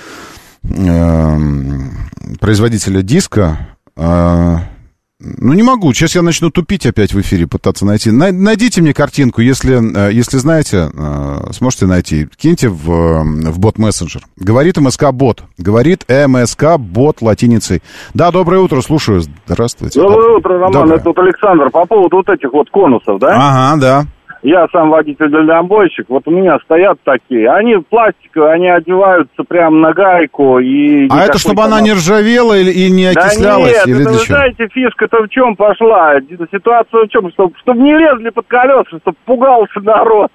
производителя диска. Ну, не могу. Сейчас я начну тупить опять в эфире, пытаться найти. Найдите мне картинку, если знаете, сможете найти. Киньте в бот-мессенджер. Говорит МСК-бот. Говорит МСК-бот латиницей. Да, доброе утро, слушаю. Здравствуйте. Доброе утро, Роман. Доброе. Это вот Александр. По поводу вот этих вот конусов, да? Ага, да. Я сам водитель-дальнобойщик, вот у меня стоят такие. Они пластиковые, они одеваются прямо на гайку. А это чтобы она не ржавела и не окислялась? Да нет, или это, вы знаете, фишка-то в чем пошла? Ситуация в чем? Чтобы не лезли под колеса, чтобы пугался народ.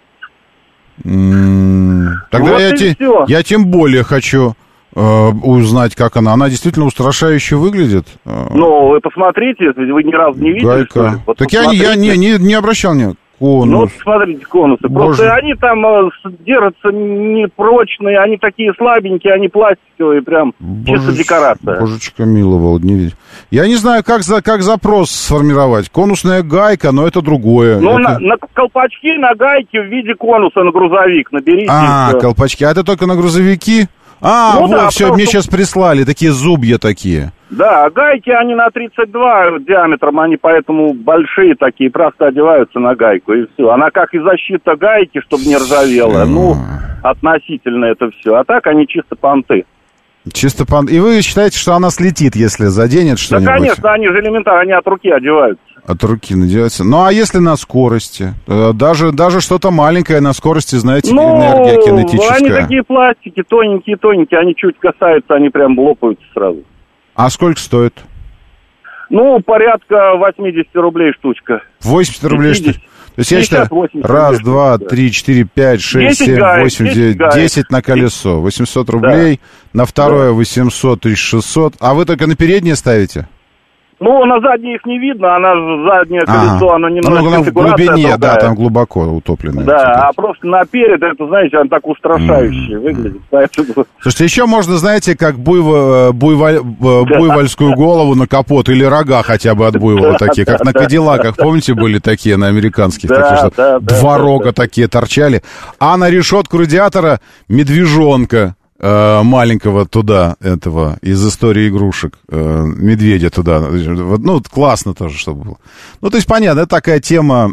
Тогда вот я тем более хочу узнать, как она. Она действительно устрашающе выглядит. Ну, вы посмотрите, вы ни разу не видели, гайка. Что ли? Вот так я не обращал внимания. Конус. Ну, вот смотрите, конусы. Боже. Просто они там держатся непрочные, они такие слабенькие, они пластиковые, прям чисто декорация. Божечка миловал, не видеть. Я не знаю, как запрос сформировать. Конусная гайка, но это другое. Ну, это... на колпачки, на гайке в виде конуса на грузовик наберите. Колпачки. А это только на грузовики? Ну, вот, да, все, мне сейчас прислали, такие зубья такие. Да, гайки, они на 32 диаметром, они поэтому большие такие, просто одеваются на гайку, и все. Она как и защита гайки, чтобы не ржавела, ну, относительно это все. А так они чисто понты. Чисто понты. И вы считаете, что она слетит, если заденет что-нибудь? Да, конечно, они же элементарно, они от руки одеваются. От руки надеваются. Ну, а если на скорости? Даже что-то маленькое на скорости, знаете, энергия кинетическая. Они такие пластики, тоненькие, они чуть касаются, они прям лопаются сразу. А сколько стоит? Ну, порядка 80 рублей штучка. 80 рублей штучка? То есть 50, я считаю, раз, два, три, 4, 5, 6, 7, 8, 9, 10 на колесо. 800 рублей, да. На второе 800, 1600. А вы только на переднее ставите? Ну, на заднее их не видно, она заднее колесо, оно немного конфигурация в глубине, другая. Да, там глубоко утопленное. Да, а просто наперед, это, знаете, он так устрашающе выглядит. Поэтому... Слушайте, еще можно, знаете, как буйвольскую голову на капот или рога хотя бы от буйвола такие, как на Кадиллаках, помните, были такие на американских, такие, что два рога такие торчали, а на решетку радиатора медвежонка. Маленького туда, этого, из истории игрушек, медведя туда. Ну, классно тоже, чтобы было. Ну, то есть, понятно, это такая тема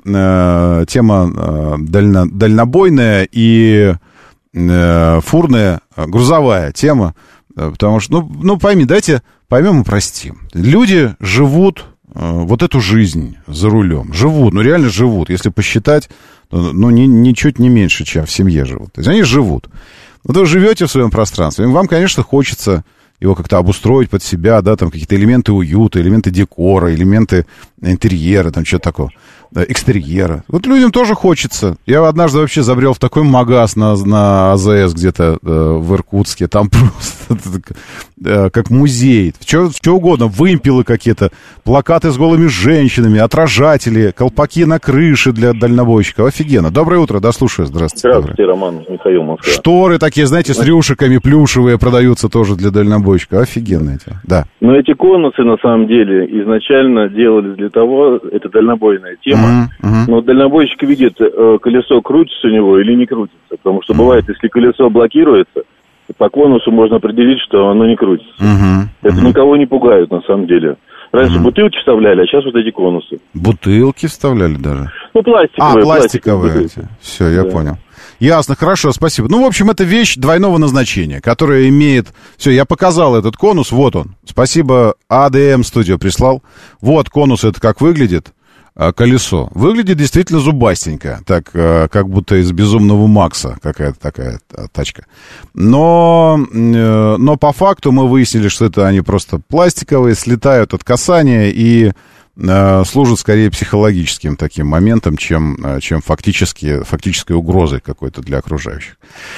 дальнобойная и фурная, грузовая тема, потому что, ну, пойми, давайте поймем и простим. Люди живут вот эту жизнь за рулем, живут, ну, реально живут, если посчитать, ну, ничуть не меньше, чем в семье живут. То есть, они живут. Вот вы живете в своем пространстве, вам, конечно, хочется его как-то обустроить под себя, да, там какие-то элементы уюта, элементы декора, элементы интерьера, там что-то такое, экстерьера. Вот людям тоже хочется. Я однажды вообще забрел в такой магаз на АЗС где-то в Иркутске, там просто как музей, что угодно, вымпелы какие-то, плакаты с голыми женщинами, отражатели, колпаки на крыше для дальнобойщиков. Офигенно. Доброе утро, да, слушаю. Здравствуйте. Здравствуйте, Роман, Михаил, Москва. Шторы такие, знаете, с рюшиками, плюшевые продаются тоже для дальнобойщиков. Офигенно эти, да. Но эти конусы, на самом деле, изначально делались для того, это дальнобойная тема, но дальнобойщик видит, колесо крутится у него или не крутится, потому что бывает, если колесо блокируется, по конусу можно определить, что оно не крутится. Это никого не пугает, на самом деле. Раньше бутылки вставляли, а сейчас вот эти конусы. Бутылки вставляли даже? Ну, пластиковые. Пластиковые эти. Все, я понял. Ясно, хорошо, спасибо. Ну, в общем, это вещь двойного назначения, которая имеет... Все, я показал этот конус, вот он. Спасибо, АДМ Студио прислал. Вот конус, это как выглядит. Колесо. Выглядит действительно зубастенько, так, как будто из «Безумного Макса» какая-то такая тачка. Но по факту мы выяснили, что это они просто пластиковые, слетают от касания и служат скорее психологическим таким моментом, чем фактической угрозой какой-то для окружающих.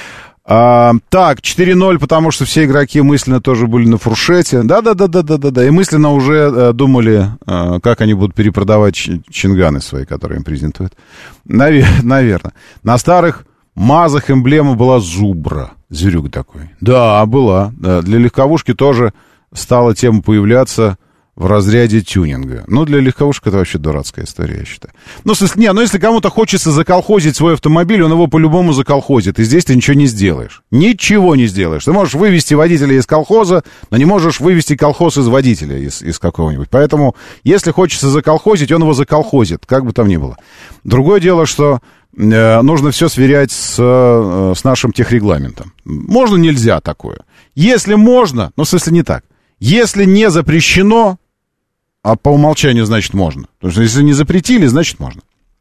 Так, 4-0, потому что все игроки мысленно тоже были на фуршете. Да, и мысленно уже думали, как они будут перепродавать чинганы свои, которые им презентуют. Наверное. На старых МАЗах эмблема была зубра. Зверюк такой. Да, была. Да. Для легковушки тоже стала тема появляться в разряде тюнинга. Ну, для легковушек это вообще дурацкая история, я считаю. Ну, если кому-то хочется заколхозить свой автомобиль, он его по-любому заколхозит. И здесь ты ничего не сделаешь. Ничего не сделаешь. Ты можешь вывести водителя из колхоза, но не можешь вывести колхоз из водителя, из какого-нибудь. Поэтому, если хочется заколхозить, он его заколхозит, как бы там ни было. Другое дело, что нужно все сверять с нашим техрегламентом. Можно, нельзя такое. Если можно, в смысле не так. Если не запрещено, а по умолчанию, значит, можно. Потому что если не запретили, значит, можно.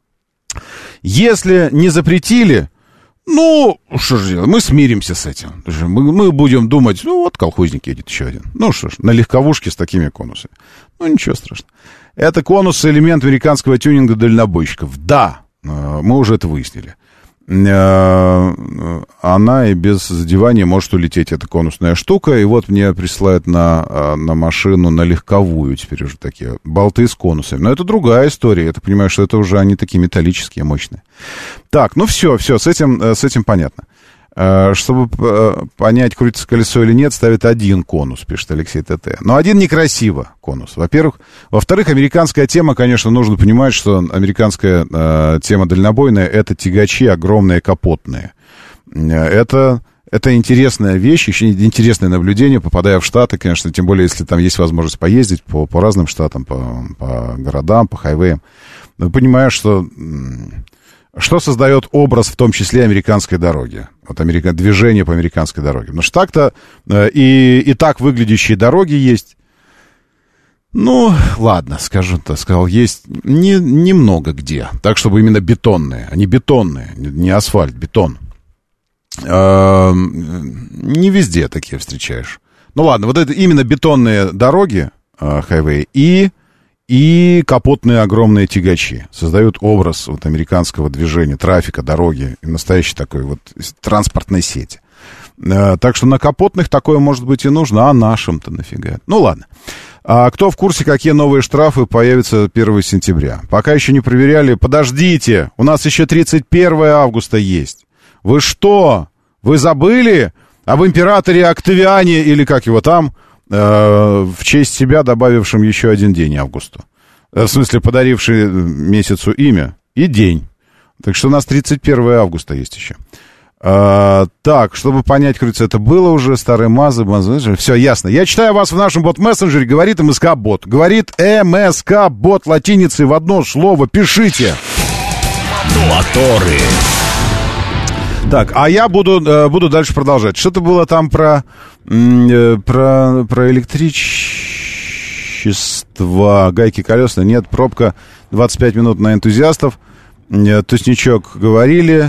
Если не запретили, ну, что же делать, мы смиримся с этим. Мы будем думать, вот колхозник едет еще один. Ну, что ж, на легковушке с такими конусами. Ну, ничего страшного. Это конус — элемент американского тюнинга дальнобойщиков. Да, мы уже это выяснили. Она и без задевания может улететь, эта конусная штука. И вот мне присылают на машину, на легковую теперь уже такие болты с конусами. Но это другая история. Я так понимаю, что это уже они такие металлические, мощные. Так, ну все, с этим понятно. Чтобы понять, крутится колесо или нет, ставит один конус, пишет Алексей ТТ. Но один некрасиво, конус. Во-первых. Во-вторых, американская тема, конечно, нужно понимать, что американская тема дальнобойная — это тягачи огромные, капотные. Это Это интересная вещь, еще интересное наблюдение, попадая в Штаты, конечно, тем более, если там есть возможность поездить по разным штатам, по городам, по хайвеям. Понимаешь, что создает образ, в том числе, американской дороги. Вот движение по американской дороге. Потому что так-то и так выглядящие дороги есть. Ну, ладно, сказал, есть немного где. Так, чтобы именно бетонные. Они бетонные, не асфальт, бетон. Не везде такие встречаешь. Ну, ладно, вот это именно бетонные дороги, хайвей, и капотные огромные тягачи создают образ вот американского движения, трафика, дороги, и настоящей такой вот транспортной сети. Так что на капотных такое, может быть, и нужно, а нашим-то нафига? Ну, ладно. А кто в курсе, какие новые штрафы появятся 1 сентября? Пока еще не проверяли. Подождите, у нас еще 31 августа есть. Вы что? Вы забыли об императоре Октавиане, или как его там, в честь себя добавившим еще один день августу? В смысле, подаривший месяцу имя и день. Так что у нас 31 августа есть еще. Так, чтобы понять, кажется, это было уже, старые мазы, все ясно. Я читаю вас в нашем бот-мессенджере, говорит МСК-бот. Говорит МСК-бот латиницей в одно слово, пишите. Моторы. Так, а я буду дальше продолжать. Что-то было там про электричество, гайки колесные. Нет, пробка 25 минут на энтузиастов. Тусничок говорили.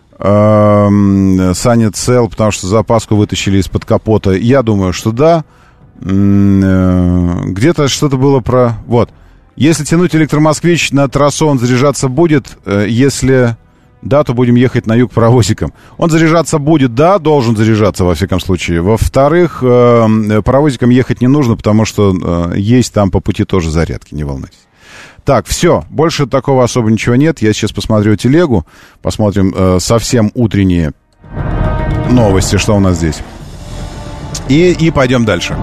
Саня цел, потому что запаску вытащили из-под капота. Я думаю, что да. Где-то что-то было про... Вот. Если тянуть электромосквич на трассу, он заряжаться будет. Если да, то будем ехать на юг паровозиком. Он заряжаться будет, да, должен заряжаться, во всяком случае. Во-вторых, паровозиком ехать не нужно, потому что есть там по пути тоже зарядки, не волнуйтесь. Так, все, больше такого особо ничего нет. Я сейчас посмотрю телегу, посмотрим совсем утренние новости, что у нас здесь. И пойдем дальше.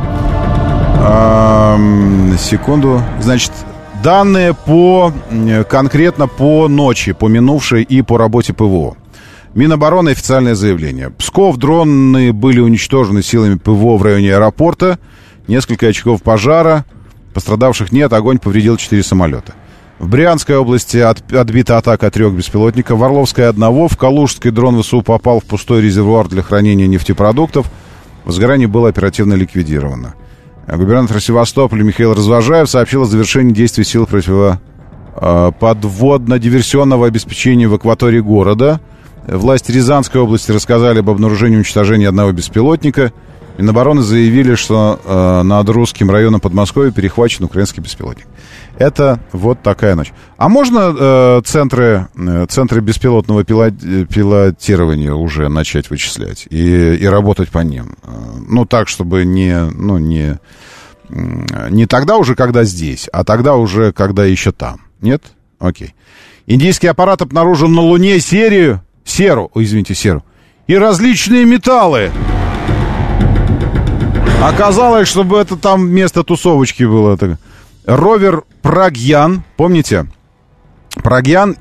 Секунду. Значит, данные конкретно по ночи, по минувшей и по работе ПВО. Минобороны официальное заявление. Псков, дроны были уничтожены силами ПВО в районе аэропорта. Несколько очагов пожара. Пострадавших нет, огонь повредил 4 самолета. В Брянской области отбита атака 3 беспилотников, в Орловской 1, в Калужской дрон ВСУ попал в пустой резервуар для хранения нефтепродуктов. Возгорание было оперативно ликвидировано. Губернатор Севастополя Михаил Развожаев сообщил о завершении действий сил подводно-диверсионного обеспечения в акватории города. Власти Рязанской области рассказали об обнаружении и уничтожении 1 беспилотника. Минобороны заявили, что над русским районом Подмосковья перехвачен украинский беспилотник. Это вот такая ночь. А можно центры беспилотного пилотирования уже начать вычислять и работать по ним? Ну, так, чтобы не тогда уже, когда здесь, а тогда уже, когда еще там. Нет? Окей. Индийский аппарат обнаружил на Луне серу и различные металлы. Оказалось, чтобы это там место тусовочки было. Ровер Прагьян, помните? Прагьян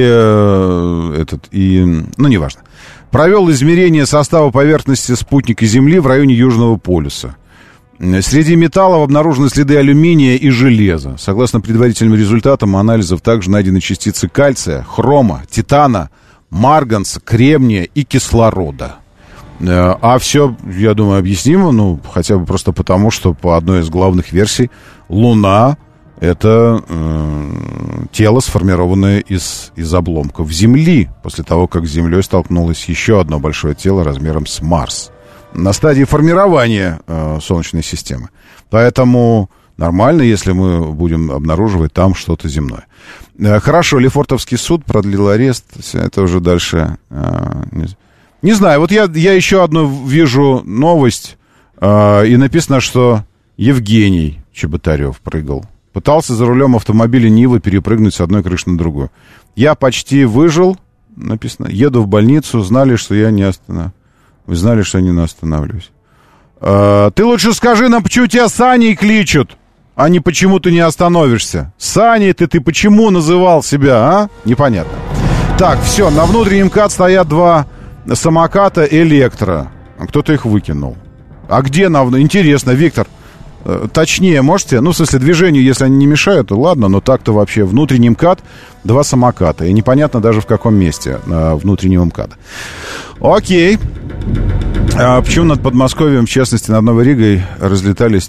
неважно. Провел измерение состава поверхности спутника Земли в районе Южного полюса. Среди металлов обнаружены следы алюминия и железа. Согласно предварительным результатам анализов, также найдены частицы кальция, хрома, титана, марганца, кремния и кислорода. А все, я думаю, объяснимо, хотя бы просто потому, что по одной из главных версий Луна — это тело, сформированное из обломков Земли, после того, как с Землей столкнулось еще одно большое тело размером с Марс на стадии формирования Солнечной системы. Поэтому нормально, если мы будем обнаруживать там что-то земное. Хорошо, Лефортовский суд продлил арест, это уже дальше... Не знаю, вот я еще одну вижу новость, и написано, что Евгений Чеботарев прыгал. Пытался за рулем автомобиля Нивы перепрыгнуть с одной крыши на другую. Я почти выжил, написано, еду в больницу, знали, что я не останавливаюсь. Ты лучше скажи нам, почему тебя Саней кличут, а не почему ты не остановишься. Саней ты почему называл себя, а? Непонятно. Так, все, на внутреннем МКАД стоят 2... самоката электро. Кто-то их выкинул. А где нам? Интересно, Виктор, точнее можете? Ну, в смысле, движению, если они не мешают, то ладно, но так-то вообще внутренний МКАД, 2 самоката. И непонятно даже в каком месте внутреннего МКАДа. Окей. А почему над Подмосковьем, в частности, над Новой Ригой, разлеталась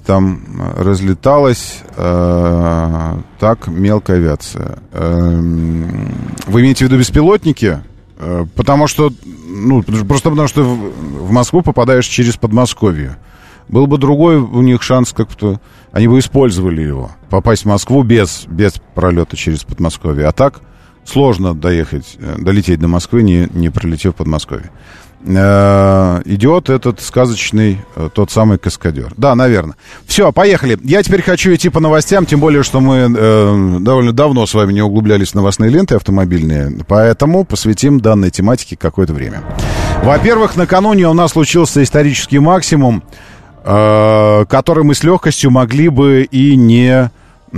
так мелкая авиация? Вы имеете в виду беспилотники? Потому что, просто потому что в Москву попадаешь через Подмосковье. Был бы другой у них шанс, как-то они бы использовали его. Попасть в Москву без пролета через Подмосковье. А так сложно долететь до Москвы, не пролетев в Подмосковье. Идет этот сказочный, тот самый каскадер. Да, наверное. Все, поехали. Я теперь хочу идти по новостям, тем более, что мы довольно давно с вами не углублялись в новостные ленты автомобильные, поэтому посвятим данной тематике какое-то время. Во-первых, накануне у нас случился исторический максимум, который мы с легкостью могли бы и не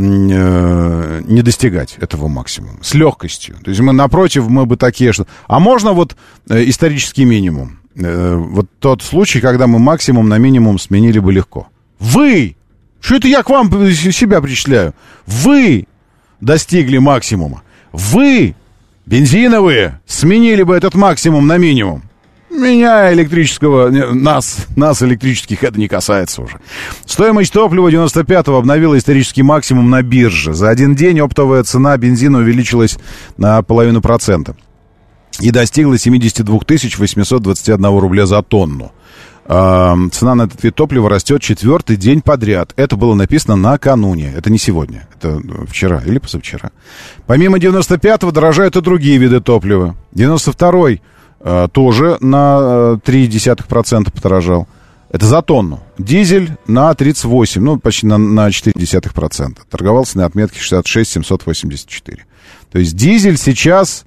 достигать этого максимума. С легкостью. То есть мы бы такие, что... А можно исторический минимум? Вот тот случай, когда мы максимум на минимум сменили бы легко. Вы! Что это я к вам себя причисляю? Вы достигли максимума. Вы, бензиновые, сменили бы этот максимум на минимум. Меня электрического, нас электрических это не касается уже. Стоимость топлива 95-го обновила исторический максимум на бирже. За один день оптовая цена бензина увеличилась на 0,5% и достигла 72 821 рубля за тонну. Цена на этот вид топлива растет 4-й день подряд. Это было написано накануне. Это не сегодня. Это вчера или позавчера. Помимо 95-го дорожают и другие виды топлива. 92-й тоже на 0,3% подорожал. Это за тонну. Дизель на 38, почти на 0,4%. Торговался на отметке 66 784. То есть дизель сейчас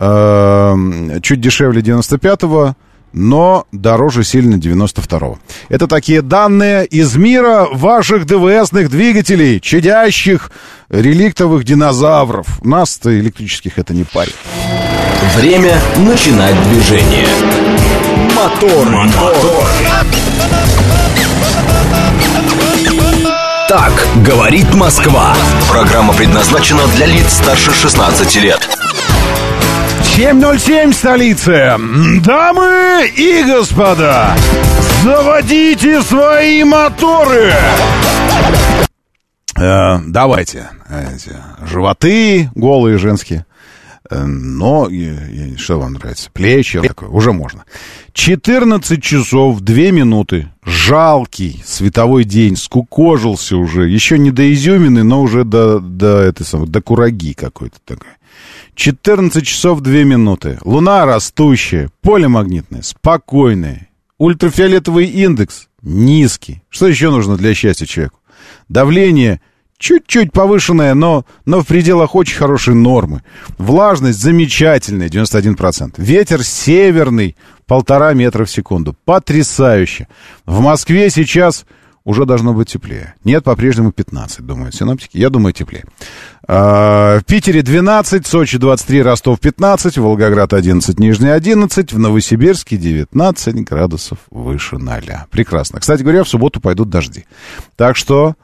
чуть дешевле 95-го, но дороже сильно 92-го. Это такие данные из мира ваших ДВСных двигателей, чадящих реликтовых динозавров. Нас-то электрических это не парит. Время начинать движение. Мотор. Так говорит Москва. Программа предназначена для лиц старше 16 лет. 7:07 столица. Дамы и господа, заводите свои моторы. Давайте. Животы голые женские. Но, что вам нравится? Плечи, такое, уже можно. 14 часов 2 минуты. Жалкий световой день. Скукожился уже. Еще не до изюмины, но уже до кураги какой-то такой. 14 часов 2 минуты. Луна растущая, поле магнитное, спокойное. Ультрафиолетовый индекс низкий. Что еще нужно для счастья человеку? Давление чуть-чуть повышенная, но в пределах очень хорошей нормы. Влажность замечательная, 91%. Ветер северный, 1,5 метра в секунду. Потрясающе. В Москве сейчас уже должно быть теплее. Нет, по-прежнему 15, думают синоптики. Я думаю, теплее. В Питере 12, Сочи 23, Ростов 15, Волгоград 11, Нижний 11, в Новосибирске 19 градусов выше 0. Прекрасно. Кстати говоря, в субботу пойдут дожди. Так что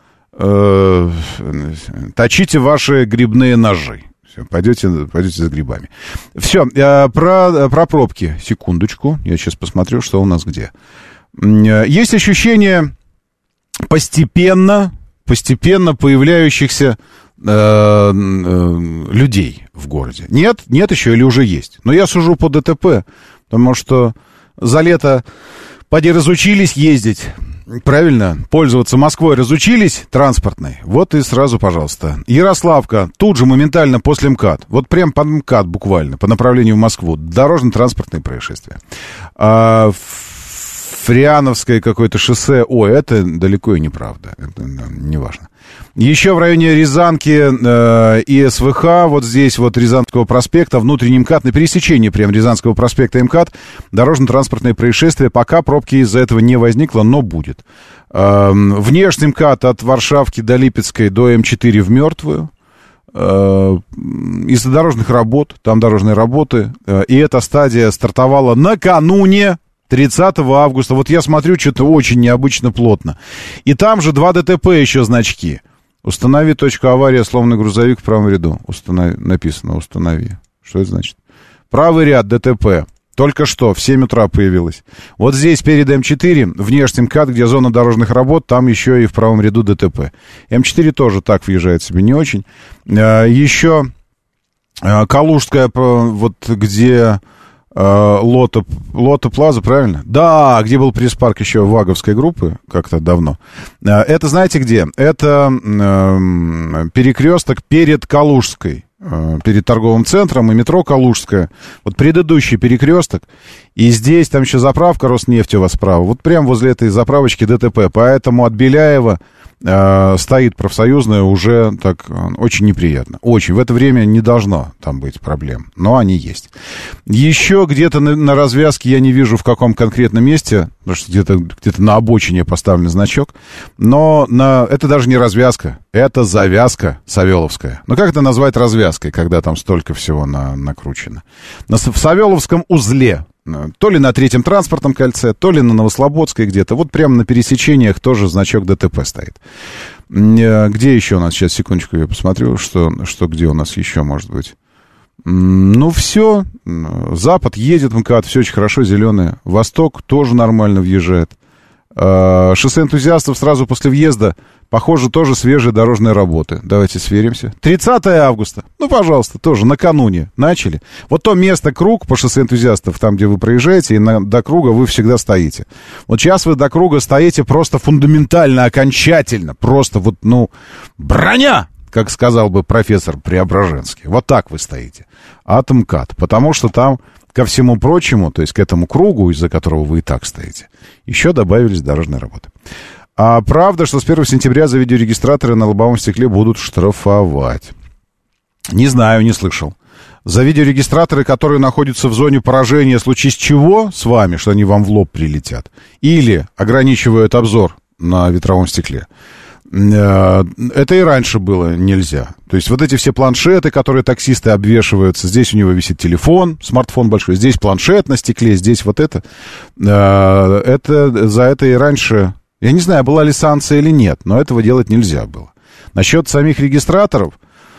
точите ваши грибные ножи. Все, пойдете за грибами. Все, про пробки. Секундочку, я сейчас посмотрю, что у нас где. Есть ощущение постепенно появляющихся людей в городе. Нет еще или уже есть? Но я сужу по ДТП, потому что за лето поди разучились ездить. Правильно, пользоваться Москвой разучились, транспортной. Вот и сразу, пожалуйста. Ярославка, тут же моментально после МКАД. Вот прям под МКАД буквально, по направлению в Москву. Дорожно-транспортные происшествия. Фриановское какое-то шоссе. Ой, это далеко и неправда. Это не важно. Еще в районе Рязанки и СВХ, вот здесь вот Рязанского проспекта, внутренний МКАД, на пересечении прям Рязанского проспекта и МКАД, дорожно-транспортные происшествия. Пока пробки из-за этого не возникло, но будет. Внешний МКАД от Варшавки до Липецкой до М4 в мертвую. Из-за дорожных работ, там дорожные работы. И эта стадия стартовала накануне. 30 августа. Вот я смотрю, что-то очень необычно плотно. И там же 2 ДТП еще значки. Установи точку аварии, сломанный грузовик в правом ряду. Написано, установи. Что это значит? Правый ряд, ДТП. Только что, в 7 утра появилось. Вот здесь перед М4, внешний МКАД, где зона дорожных работ, там еще и в правом ряду ДТП. М4 тоже так въезжает себе не очень. Еще Калужская, вот где Лото Плаза, правильно? Да, где был пресс-парк еще Ваговской группы, как-то давно. Это знаете где? Это перекресток перед Калужской. Перед торговым центром и метро Калужская. Вот предыдущий перекресток. И здесь там еще заправка Роснефти у вас справа. Вот прямо возле этой заправочки ДТП. Поэтому от Беляева стоит профсоюзная уже так очень неприятно. Очень. В это время не должно там быть проблем. Но они есть. Еще где-то на развязке я не вижу в каком конкретном месте. Потому что где-то на обочине поставлен значок. Но это даже не развязка. Это завязка Савеловская. Ну как это назвать развязкой, когда там столько всего накручено? В Савеловском узле. То ли на 3-м транспортном кольце, то ли на Новослободской где-то. Вот прямо на пересечениях тоже значок ДТП стоит. Где еще у нас? Сейчас, секундочку, я посмотрю, что где у нас еще может быть. Ну, все. Запад едет МКАД, все очень хорошо, зеленое. Восток тоже нормально въезжает. Шоссе энтузиастов сразу после въезда, похоже, тоже свежие дорожные работы. Давайте сверимся. 30 августа. Ну, пожалуйста, тоже накануне начали. Вот то место, круг по шоссе энтузиастов, там, где вы проезжаете, и до круга вы всегда стоите. Вот сейчас вы до круга стоите просто фундаментально, окончательно. Просто вот, броня! Как сказал бы профессор Преображенский. Вот так вы стоите. От МКАД. Потому что там, ко всему прочему, то есть к этому кругу, из-за которого вы и так стоите, еще добавились дорожные работы. А правда, что с 1 сентября за видеорегистраторы на лобовом стекле будут штрафовать? Не знаю, не слышал. За видеорегистраторы, которые находятся в зоне поражения, случись чего с вами, что они вам в лоб прилетят, или ограничивают обзор на ветровом стекле, это и раньше было нельзя. То есть вот эти все планшеты, которые таксисты обвешиваются, здесь у него висит телефон, смартфон большой, здесь планшет на стекле, здесь вот это за это и раньше, я не знаю, была ли санкция или нет, но этого делать нельзя было. Насчет самих регистраторов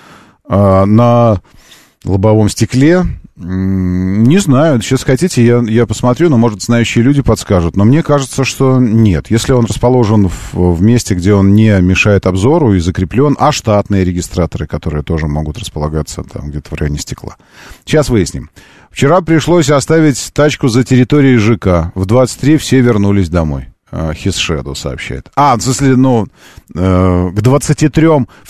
на лобовом стекле, не знаю, сейчас хотите, я посмотрю, но, может, знающие люди подскажут. Но мне кажется, что нет. Если он расположен в месте, где он не мешает обзору и закреплен, а штатные регистраторы, которые тоже могут располагаться там где-то в районе стекла. Сейчас выясним. Вчера пришлось оставить тачку за территорией ЖК. В 23 все вернулись домой. His Shadow сообщает. В смысле, к 23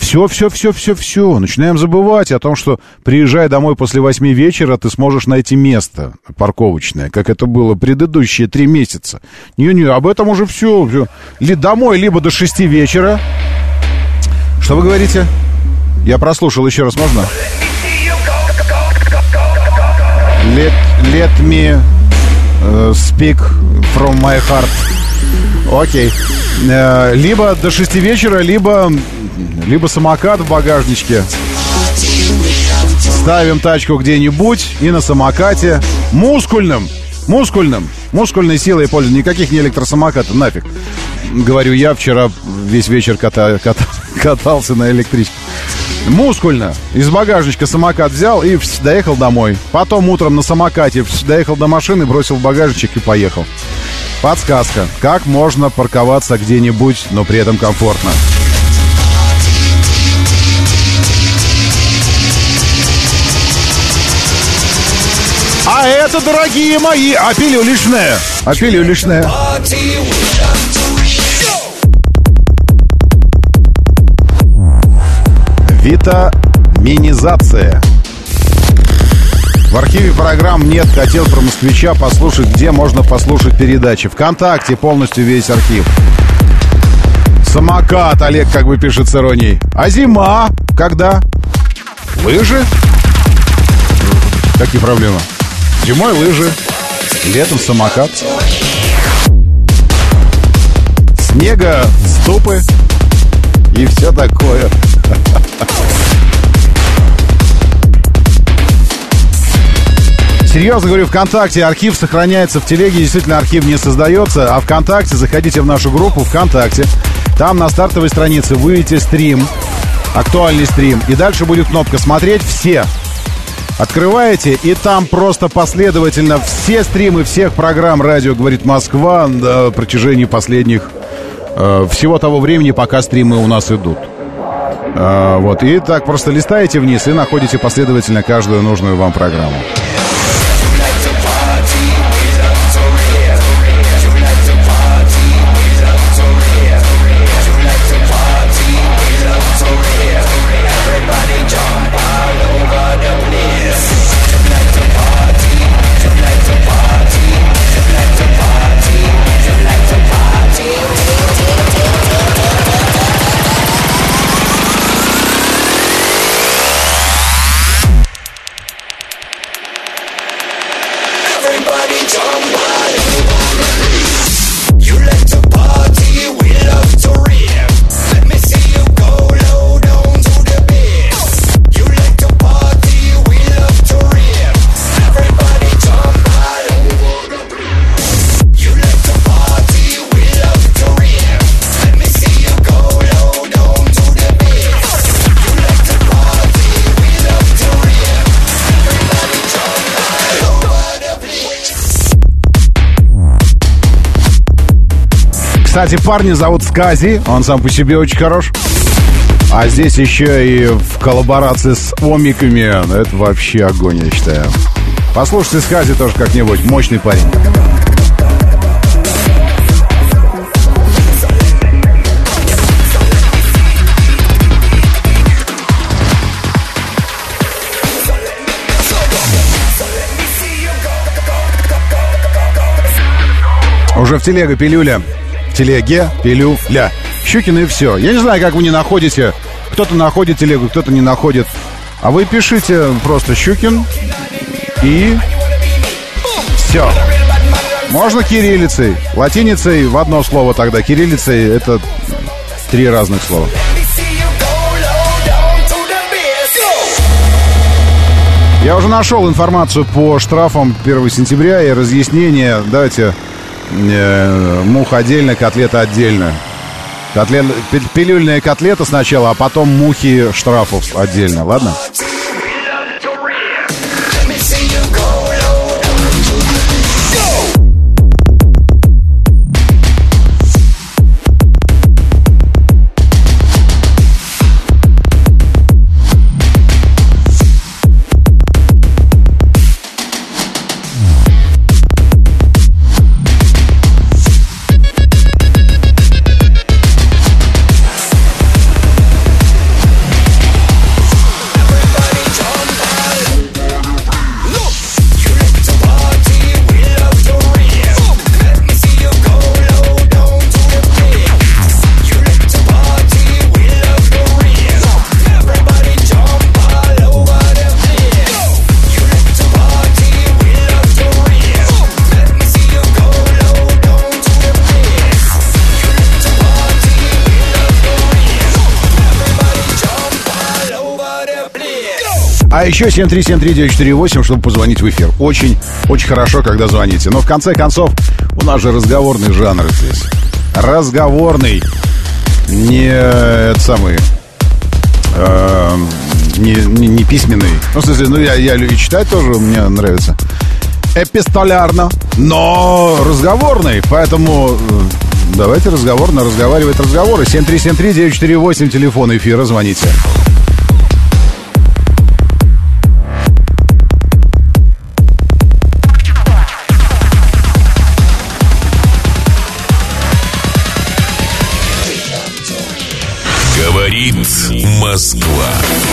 все. Начинаем забывать о том, что приезжай домой после 8 вечера, ты сможешь найти место парковочное, как это было предыдущие 3 месяца. Не, об этом уже все. Домой либо до 6 вечера. Что вы говорите? Я прослушал, еще раз можно? Let me speak from my heart. Окей. Либо до 6 вечера, либо самокат в багажничке. Ставим тачку где-нибудь и на самокате мускульной силой пользуемся. Никаких не электросамокатов, нафиг. Говорю, я вчера весь вечер катался на электричке. Мускульно. Из багажничка самокат взял и доехал домой. Потом утром на самокате доехал до машины, бросил в багажничек и поехал. Подсказка. Как можно парковаться где-нибудь, но при этом комфортно. А это, дорогие мои, пилюлечное. Витаминизация. В архиве программ нет. Хотел про москвича послушать, где можно послушать передачи. ВКонтакте полностью весь архив. Самокат, Олег как бы пишет с иронией. А зима? Когда? Лыжи? Какие проблемы? Зимой лыжи, летом самокат. Снега, ступы и все такое. Серьезно говорю, ВКонтакте архив сохраняется, в Телеге действительно архив не создается, а ВКонтакте, заходите в нашу группу ВКонтакте, там на стартовой странице вы видите стрим, актуальный стрим, и дальше будет кнопка «Смотреть все». Открываете, и там просто последовательно все стримы всех программ «Радио говорит Москва» на протяжении последних всего того времени, пока стримы у нас идут. Вот, и так просто листаете вниз и находите последовательно каждую нужную вам программу. Кстати, парня зовут Скази, он сам по себе очень хорош. А здесь еще и в коллаборации с Омиками. Это вообще огонь, я считаю. Послушайте Скази тоже как-нибудь, мощный парень. Уже в телеге пилюля. Телеге, пилюля. Щукин и все. Я не знаю, как вы не находите. Кто-то находит телегу, кто-то не находит. А вы пишите просто Щукин и все. Можно кириллицей, латиницей в одно слово тогда. Кириллицей это 3 разных слова. Я уже нашел информацию по штрафам 1 сентября и разъяснение. Давайте... мух отдельно, котлета отдельно. Пилюльная котлета сначала, а потом мухи штрафов отдельно, ладно? А еще 7373948, чтобы позвонить в эфир. Очень, очень хорошо, когда звоните. Но в конце концов, у нас же разговорный жанр здесь. Разговорный. Не это самый... не письменный. Ну, в смысле, я люблю читать тоже, мне нравится. Эпистолярно, но разговорный. Поэтому давайте разговорно разговаривать разговоры. 7373948, телефон эфира, звоните. Говорит Москва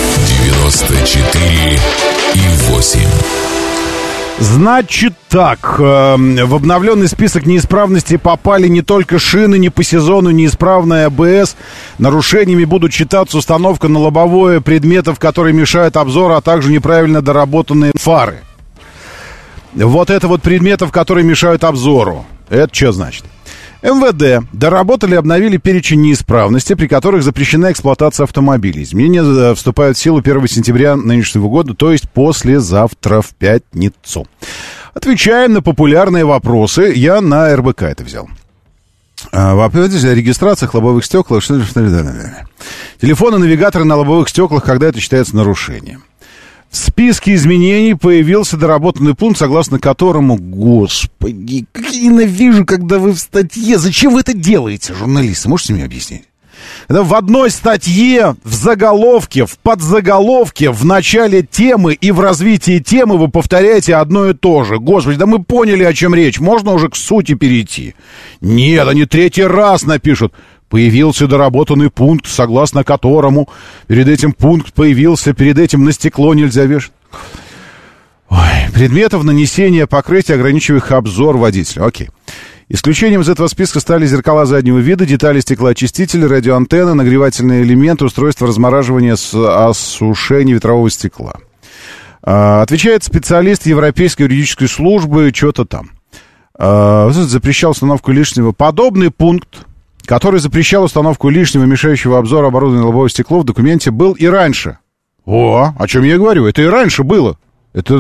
94,8. Значит так, в обновленный список неисправностей попали не только шины, не по сезону, неисправная АБС. Нарушениями будут считаться установка на лобовое предметов, которые мешают обзору, а также неправильно доработанные фары. Вот это вот предметов, которые мешают обзору. Это что значит? МВД доработали и обновили перечень неисправностей, при которых запрещена эксплуатация автомобилей. Изменения вступают в силу 1 сентября нынешнего года, то есть послезавтра, в пятницу. Отвечаем на популярные вопросы. Я на РБК это взял. Регистрация лобовых стекол. Телефоны, навигаторы на лобовых стеклах, когда это считается нарушением. В списке изменений появился доработанный пункт, согласно которому, господи, как я ненавижу, когда вы в статье, зачем вы это делаете, журналисты, можете мне объяснить? Когда в одной статье, в заголовке, в подзаголовке, в начале темы и в развитии темы вы повторяете одно и то же. Господи, да мы поняли, о чем речь, можно уже к сути перейти. Нет, они третий раз напишут. Появился доработанный пункт, согласно которому перед этим пункт появился, перед этим на стекло нельзя вешать. Ой, предметов нанесения покрытия, ограничивающих обзор водителя. Окей. Исключением из этого списка стали зеркала заднего вида, детали стеклоочистителя, радиоантенны, нагревательные элементы, устройства размораживания, осушения ветрового стекла. Отвечает специалист Европейской юридической службы, что-то там. Запрещал установку лишнего. Подобный пункт, который запрещал установку лишнего, мешающего обзору оборудования лобового стекла, в документе был и раньше. О чем я говорю, это и раньше было. Это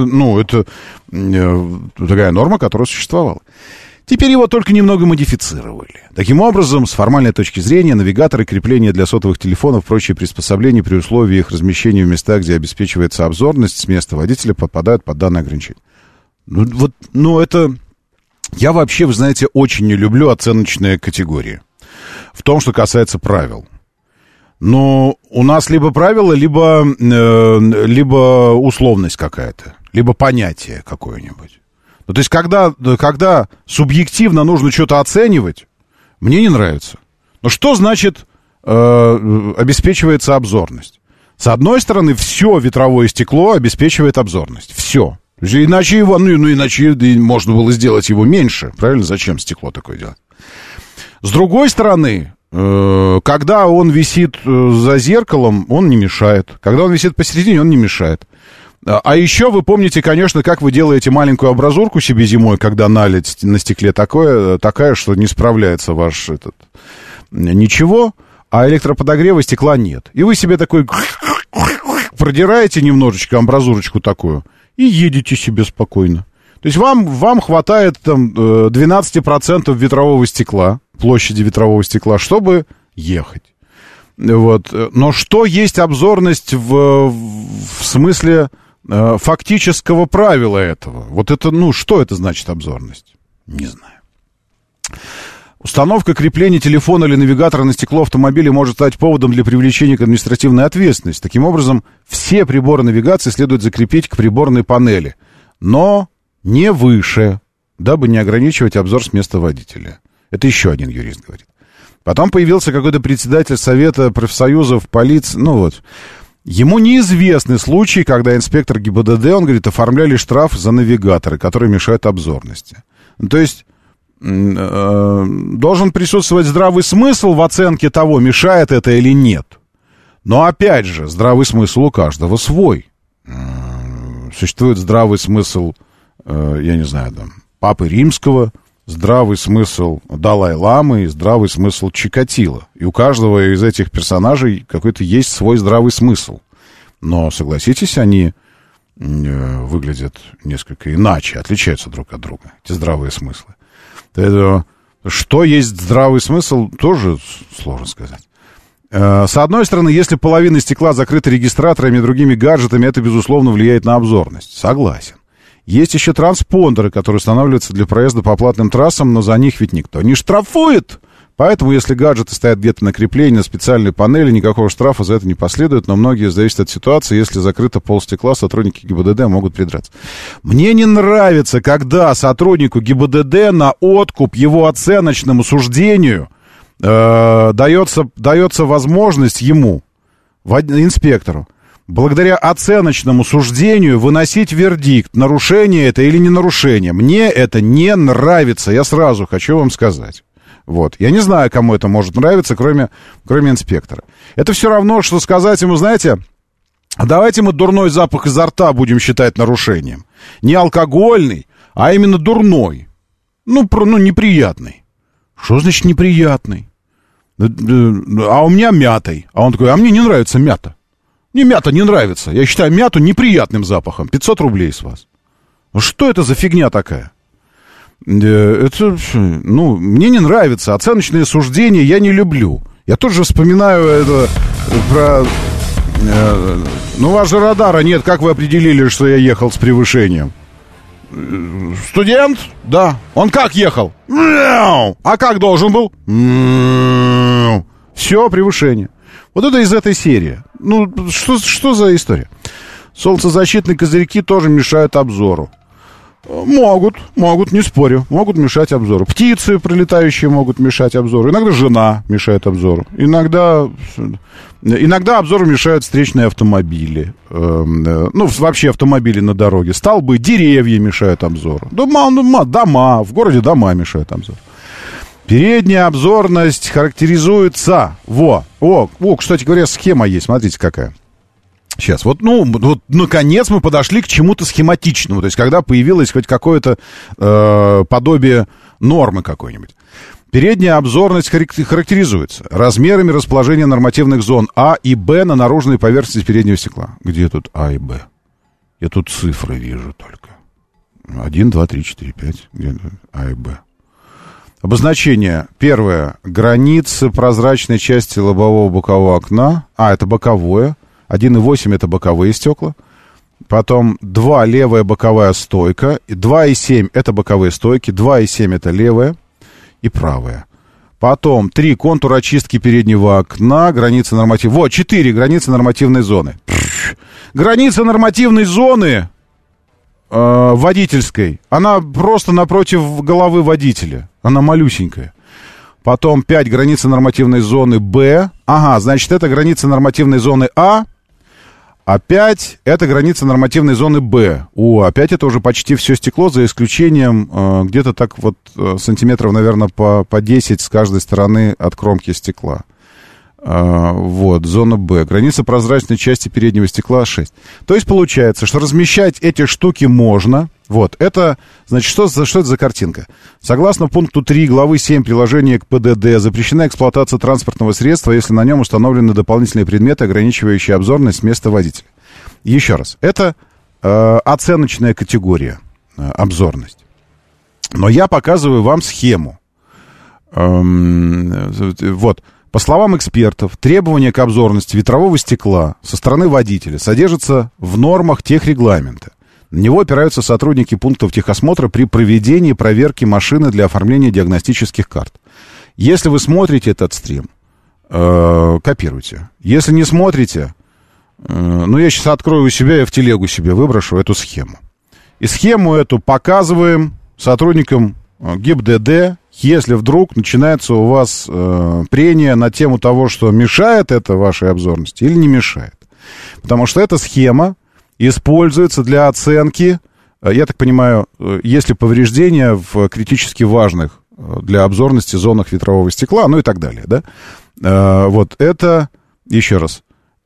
такая норма, которая существовала. Теперь его только немного модифицировали. Таким образом, с формальной точки зрения, навигаторы, крепления для сотовых телефонов, прочие приспособления при условии их размещения в местах, где обеспечивается обзорность, с места водителя попадают под данное ограничение. Это... Я вообще, вы знаете, очень не люблю оценочные категории. В том, что касается правил. Но у нас либо правила, либо условность какая-то, либо понятие какое-нибудь. То есть, когда субъективно нужно что-то оценивать, мне не нравится. Но что значит обеспечивается обзорность? С одной стороны, все ветровое стекло обеспечивает обзорность. Все. Иначе его, иначе можно было сделать его меньше. Правильно? Зачем стекло такое делать? С другой стороны, когда он висит за зеркалом, он не мешает. Когда он висит посередине, он не мешает. А еще вы помните, конечно, как вы делаете маленькую абразурку себе зимой, когда наледь на стекле такая, что не справляется ваш ничего, а электроподогрева стекла нет. И вы себе такой продираете немножечко амбразурочку такую и едете себе спокойно. То есть вам хватает там 12% ветрового стекла, площади ветрового стекла, чтобы ехать. Вот. Но что есть обзорность в смысле фактического правила этого? Вот это, что это значит обзорность? Не знаю. Установка крепления телефона или навигатора на стекло автомобиля может стать поводом для привлечения к административной ответственности. Таким образом, все приборы навигации следует закрепить к приборной панели, но не выше, дабы не ограничивать обзор с места водителя. Это еще один юрист говорит. Потом появился какой-то председатель совета профсоюзов, полиции, Ему неизвестны случаи, когда инспектор ГИБДД, он говорит, оформляли штраф за навигаторы, которые мешают обзорности. То есть должен присутствовать здравый смысл в оценке того, мешает это или нет. Но опять же, здравый смысл у каждого свой. Существует здравый смысл, Папы Римского, здравый смысл Далай-ламы и здравый смысл Чикатило. И у каждого из этих персонажей какой-то есть свой здравый смысл. Но, согласитесь, они выглядят несколько иначе, отличаются друг от друга, эти здравые смыслы. Что есть здравый смысл, тоже сложно сказать. С одной стороны, если половина стекла закрыта регистраторами и другими гаджетами, это, безусловно, влияет на обзорность. Согласен. Есть еще транспондеры, которые устанавливаются для проезда по платным трассам, но за них ведь никто не штрафует. Поэтому, если гаджеты стоят где-то на креплении, на специальной панели, никакого штрафа за это не последует, но многие зависят от ситуации. Если закрыто полстекла, сотрудники ГИБДД могут придраться. Мне не нравится, когда сотруднику ГИБДД на откуп его оценочному суждению дается возможность ему, инспектору, благодаря оценочному суждению выносить вердикт, нарушение это или не нарушение. Мне это не нравится, я сразу хочу вам сказать. Вот. Я не знаю, кому это может нравиться, кроме инспектора. Это все равно, что сказать ему, знаете, давайте мы дурной запах изо рта будем считать нарушением. Не алкогольный, а именно дурной. Неприятный. Что значит неприятный? А у меня мятый. А он такой, а мне не нравится мята. Мне мята не нравится. Я считаю мяту неприятным запахом. 500 рублей с вас. Что это за фигня такая? Это, мне не нравится. Оценочные суждения я не люблю. Я тут же вспоминаю это про... у вас же радара нет. Как вы определили, что я ехал с превышением? Студент? Да. Он как ехал? А как должен был? Все, превышение. Вот это из этой серии. Что за история? Солнцезащитные козырьки тоже мешают обзору. Могут, не спорю. Могут мешать обзору. Птицы прилетающие могут мешать обзору. Иногда жена мешает обзору. Иногда обзору мешают встречные автомобили. Вообще автомобили на дороге. Столбы, деревья мешают обзору. Дома. В городе дома мешают обзору. Передняя обзорность характеризуется... кстати говоря, схема есть. Смотрите, какая. Сейчас, наконец мы подошли к чему-то схематичному. То есть, когда появилось хоть какое-то подобие нормы какой-нибудь. Передняя обзорность характеризуется размерами расположения нормативных зон А и Б на наружной поверхности переднего стекла. Где тут А и Б? Я тут цифры вижу только. 1, 2, 3, 4, 5. Где А и Б? Обозначение. Первое. Границы прозрачной части лобового бокового окна. Это боковое. 1,8 это боковые стекла. Потом 2 левая боковая стойка. 2,7 это боковые стойки. 2,7 это левая и правая. Потом 3 контур очистки переднего окна. Границы нормативной... 4 границы нормативной зоны. Граница нормативной зоны водительской. Она просто напротив головы водителя. Она малюсенькая. Потом 5 границы нормативной зоны Б. Значит, это граница нормативной зоны А. А 5 это граница нормативной зоны Б. Опять это уже почти все стекло, за исключением где-то так сантиметров, наверное, по 10 с каждой стороны от кромки стекла. Зона Б. Граница прозрачной части переднего стекла 6. То есть получается, что размещать эти штуки можно. Это, значит, что это за картинка? Согласно пункту 3 главы 7 приложения к ПДД запрещена эксплуатация транспортного средства, если на нем установлены дополнительные предметы, ограничивающие обзорность с места водителя. Еще раз, это оценочная категория, обзорность. Но я показываю вам схему. По словам экспертов, требования к обзорности ветрового стекла со стороны водителя содержатся в нормах техрегламента. На него опираются сотрудники пунктов техосмотра при проведении проверки машины для оформления диагностических карт. Если вы смотрите этот стрим, копируйте. Если не смотрите, я сейчас открою у себя и в телегу себе выброшу эту схему. И схему эту показываем сотрудникам ГИБДД, если вдруг начинается у вас прение на тему того, что мешает это вашей обзорности или не мешает. Потому что эта схема используется для оценки, я так понимаю, если повреждения в критически важных для обзорности зонах ветрового стекла, и так далее, да? Это, еще раз,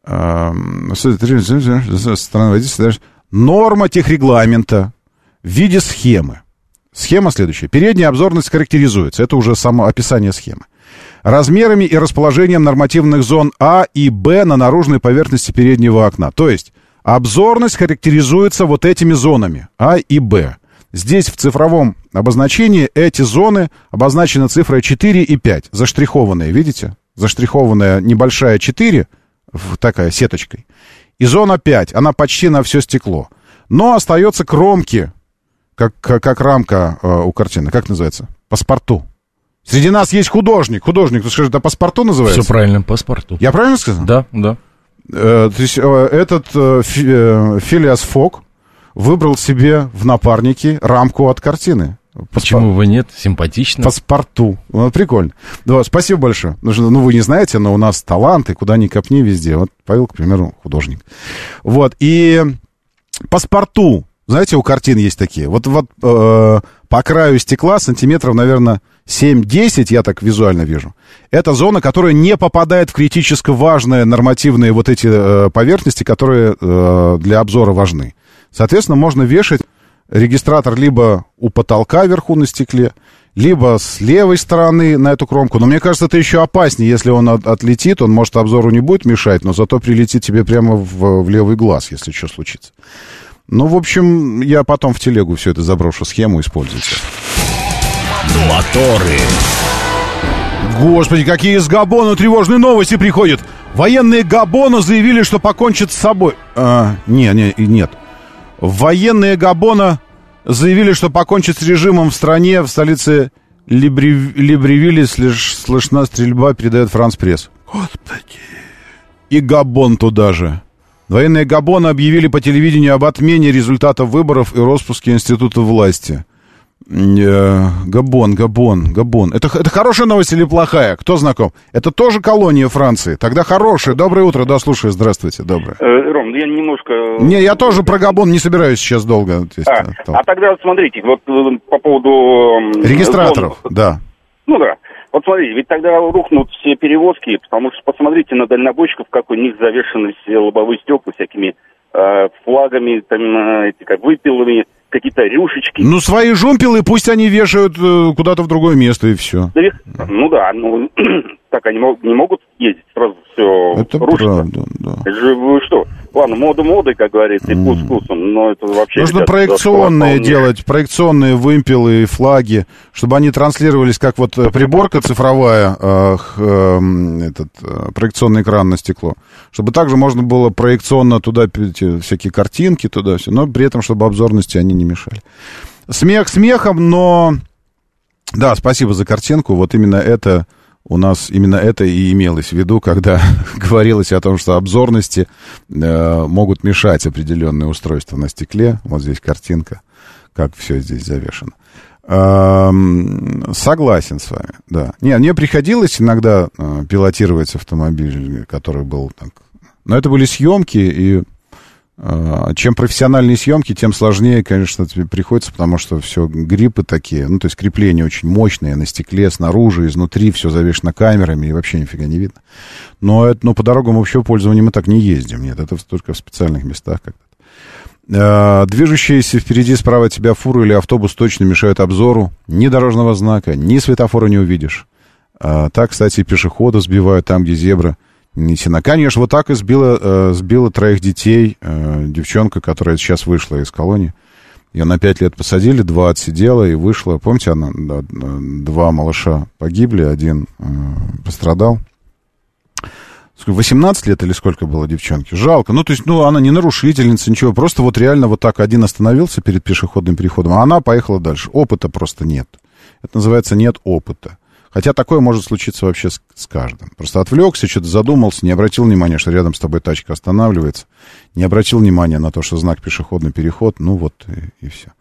норма техрегламента в виде схемы. Схема следующая. Передняя обзорность характеризуется, это уже само описание схемы, размерами и расположением нормативных зон А и Б на наружной поверхности переднего окна. То есть обзорность характеризуется этими зонами А и Б. Здесь в цифровом обозначении эти зоны обозначены цифрой 4 и 5, заштрихованные, видите? Заштрихованная небольшая 4, такая сеточкой, и зона 5, она почти на все стекло. Но остается кромки, как рамка у картины, как называется? Паспорту. Среди нас есть художник. Художник, ты скажешь, это паспорту называется? Все правильно, паспорту. Я правильно сказал? Да. То есть этот Филиас Фок выбрал себе в напарнике рамку от картины. Почему бы нет? Симпатично. Паспорту. Прикольно. Спасибо большое. Вы не знаете, но у нас таланты, куда ни копни, везде. Павел, к примеру, художник. И паспорту. Знаете, у картин есть такие. По краю стекла сантиметров, наверное, 7-10, я так визуально вижу. Это зона, которая не попадает в критически важные нормативные эти поверхности, которые для обзора важны. Соответственно, можно вешать регистратор либо у потолка вверху на стекле, либо с левой стороны на эту кромку. Но мне кажется, это еще опаснее. Если он отлетит, он, может, обзору не будет мешать, но зато прилетит тебе прямо в левый глаз, если что случится. Ну, в общем, я потом в телегу все это заброшу, схему используйте. Моторы. Господи, какие из Габона тревожные новости приходят. Военные Габона заявили, что покончат с собой. Нет. Военные Габона заявили, что покончат с режимом в стране. В столице Либревилле слышна стрельба, передает Франс Пресс. Господи. И Габон туда же. Военные Габона объявили по телевидению об отмене результатов выборов и распуске института власти. Габон. Это хорошая новость или плохая? Кто знаком? Это тоже колония Франции. Тогда хорошая. Доброе утро, да, слушаю. Здравствуйте, доброе. Ром, я немножко... Не, я тоже про Габон не собираюсь сейчас долго. Тогда смотрите, вот по поводу... Регистраторов, да. Ну да. Вот смотрите, ведь тогда рухнут все перевозки, потому что посмотрите на дальнобойщиков, как у них завешены все лобовые стекла всякими флагами, там, выпилами, какие-то рюшечки. Ну, свои жумпелы пусть они вешают куда-то в другое место, и все. Ну да, так они не могут ездить, сразу все это рушится. Правда, да. Это же вы что? Ладно, мода модой, как говорится, и вкус вкусом, но это вообще... Нужно проекционные делать, проекционные вымпелы и флаги, чтобы они транслировались, как вот приборка цифровая, проекционный экран на стекло, чтобы также можно было проекционно туда всякие картинки, туда все, но при этом, чтобы обзорности они не мешали. Смех смехом, но... Да, спасибо за картинку, вот именно это... У нас именно это и имелось в виду, когда говорилось о том, что обзорности могут мешать определенные устройства на стекле. Вот здесь картинка, как все здесь завешено. Согласен с вами, да. Не, мне приходилось иногда пилотировать автомобиль, который был так... Но это были съемки, и чем профессиональнее съемки, тем сложнее, конечно, тебе приходится, потому что все гриппы такие, ну, то есть крепления очень мощные на стекле, снаружи, изнутри, все завешено камерами, и вообще нифига не видно. Но по дорогам общего пользования мы так не ездим, нет, это только в специальных местах как-то. Движущиеся впереди справа от тебя фуры или автобус точно мешают обзору. Ни дорожного знака, ни светофора не увидишь. Так, кстати, пешехода сбивают там, где зебра несена. Конечно, вот так и сбила 3 детей девчонка, которая сейчас вышла из колонии. Ее на 5 лет посадили, 2 отсидела и вышла. Помните, 2 малыша погибли, 1 пострадал. 18 лет или сколько было девчонке? Жалко. Ну, то есть, она не нарушительница, ничего. Просто вот реально вот так один остановился перед пешеходным переходом, а она поехала дальше. Опыта просто нет. Это называется нет опыта. Хотя такое может случиться вообще с каждым. Просто отвлекся, что-то задумался, не обратил внимания, что рядом с тобой тачка останавливается, не обратил внимания на то, что знак пешеходный переход, ну вот и все.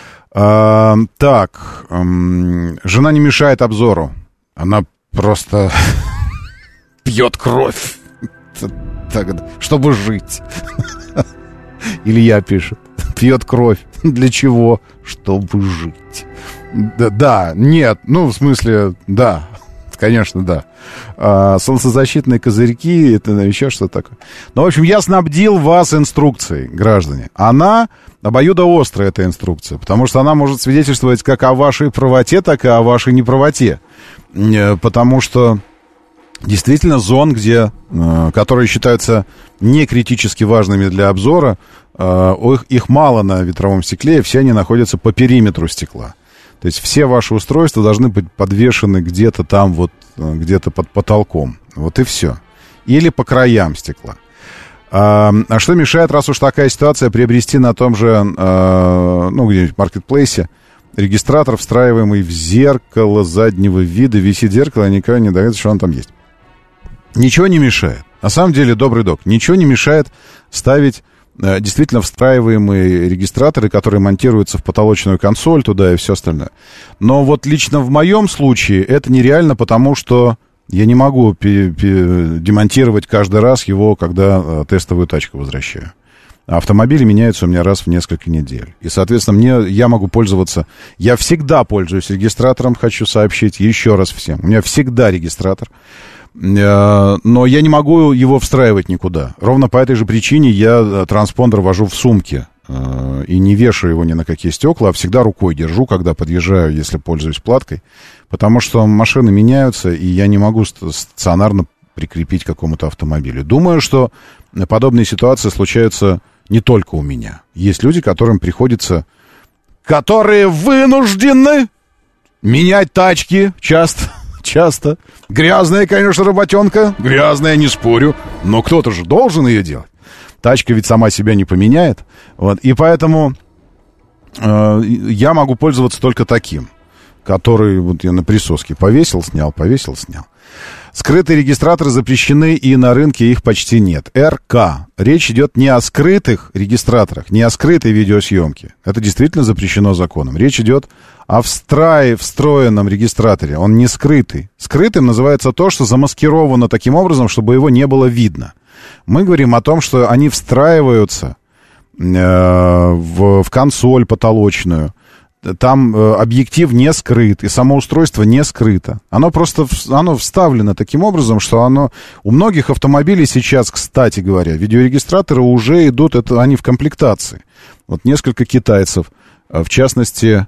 Так, жена не мешает обзору. Она просто пьет кровь, чтобы жить. Илья пишет, пьет кровь. Для чего? Чтобы жить. Да, нет, в смысле, да, конечно, да. Солнцезащитные козырьки, это еще что-то такое. В общем, я снабдил вас инструкцией, граждане. Она обоюдоострая, эта инструкция, потому что она может свидетельствовать как о вашей правоте, так и о вашей неправоте. Потому что действительно зон, которые считаются не критически важными для обзора, их мало на ветровом стекле, и все они находятся по периметру стекла. То есть все ваши устройства должны быть подвешены где-то там, вот где-то под потолком. Вот и все. Или по краям стекла. А что мешает, раз уж такая ситуация, приобрести на том же, где-нибудь в маркетплейсе регистратор, встраиваемый в зеркало заднего вида, висит зеркало, и никогда не догадывается, что он там есть. Ничего не мешает. На самом деле, добрый док, ничего не мешает ставить действительно встраиваемые регистраторы, которые монтируются в потолочную консоль туда и все остальное. Но вот лично в моем случае это нереально, потому что я не могу демонтировать каждый раз его, когда тестовую тачку возвращаю. Автомобили меняются у меня раз в несколько недель. И, соответственно, я могу пользоваться... Я всегда пользуюсь регистратором, хочу сообщить еще раз всем. У меня всегда регистратор. Но я не могу его встраивать никуда. Ровно по этой же причине я транспондер вожу в сумке. и не вешаю его ни на какие стекла, а всегда рукой держу, когда подъезжаю, если пользуюсь платкой, потому что машины меняются, и я не могу стационарно прикрепить к какому-то автомобилю. Думаю, что подобные ситуации случаются не только у меня. Есть люди, которым приходится, которые вынуждены менять тачки часто. Грязная, конечно, работенка, грязная, не спорю, но кто-то же должен ее делать. Тачка ведь сама себя не поменяет. Вот. И поэтому я могу пользоваться только таким, который вот я на присоске повесил, снял. Скрытые регистраторы запрещены, и на рынке их почти нет. РК. Речь идет не о скрытых регистраторах, не о скрытой видеосъемке. Это действительно запрещено законом. Речь идет о встроенном регистраторе. Он не скрытый. Скрытым называется то, что замаскировано таким образом, чтобы его не было видно. Мы говорим о том, что они встраиваются в консоль потолочную. Там объектив не скрыт, и само устройство не скрыто. Оно вставлено таким образом, что у многих автомобилей сейчас, кстати говоря, видеорегистраторы уже идут, они в комплектации. Вот несколько китайцев, в частности,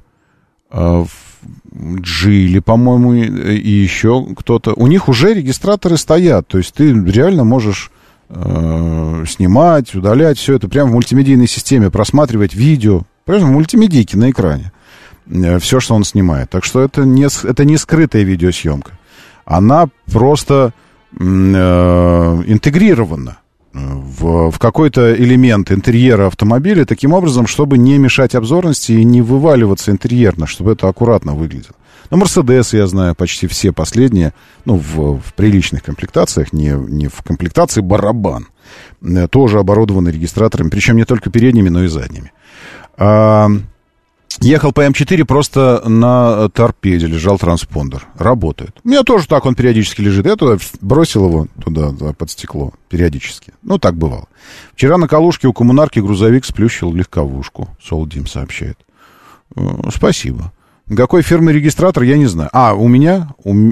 Джили, по-моему, и еще кто-то, у них уже регистраторы стоят. То есть ты реально можешь снимать, удалять все это прямо в мультимедийной системе, просматривать видео, прямо в мультимедийке на экране. Все, что он снимает. Так что это не скрытая видеосъемка. Она просто интегрирована в какой-то элемент интерьера автомобиля таким образом, чтобы не мешать обзорности и не вываливаться интерьерно, чтобы это аккуратно выглядело. Но Мерседесы, я знаю, почти все последние, в приличных комплектациях, не в комплектации барабан, тоже оборудованы регистраторами, причем не только передними, но и задними. Ехал по М4, просто на торпеде лежал транспондер. Работает. У меня тоже так он периодически лежит. Я туда бросил его, туда под стекло, периодически. Так бывало. Вчера на Калужке у коммунарки грузовик сплющил легковушку. Солдим сообщает. Спасибо. Какой фирмы регистратор, я не знаю. У меня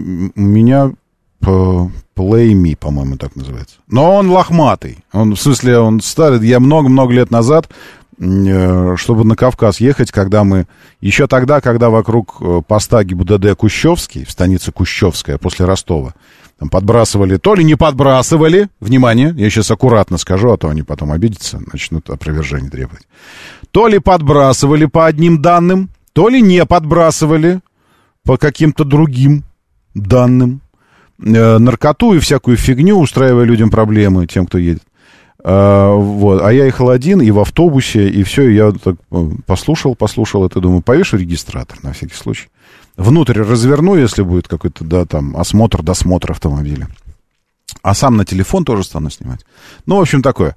PlayMe, по-моему, так называется. Но он лохматый. Он старый. Я много-много лет назад, чтобы на Кавказ ехать, когда вокруг поста ГИБДД Кущевский, в станице Кущевская, после Ростова, там подбрасывали, то ли не подбрасывали, внимание, я сейчас аккуратно скажу, а то они потом обидятся, начнут опровержение требовать, то ли подбрасывали по одним данным, то ли не подбрасывали по каким-то другим данным, наркоту и всякую фигню, устраивая людям проблемы, тем, кто едет. А я ехал один и в автобусе, и все, и я так послушал это, думаю, повешу регистратор на всякий случай. Внутрь разверну, если будет какой-то, досмотр автомобиля. А сам на телефон тоже стану снимать. В общем, такое.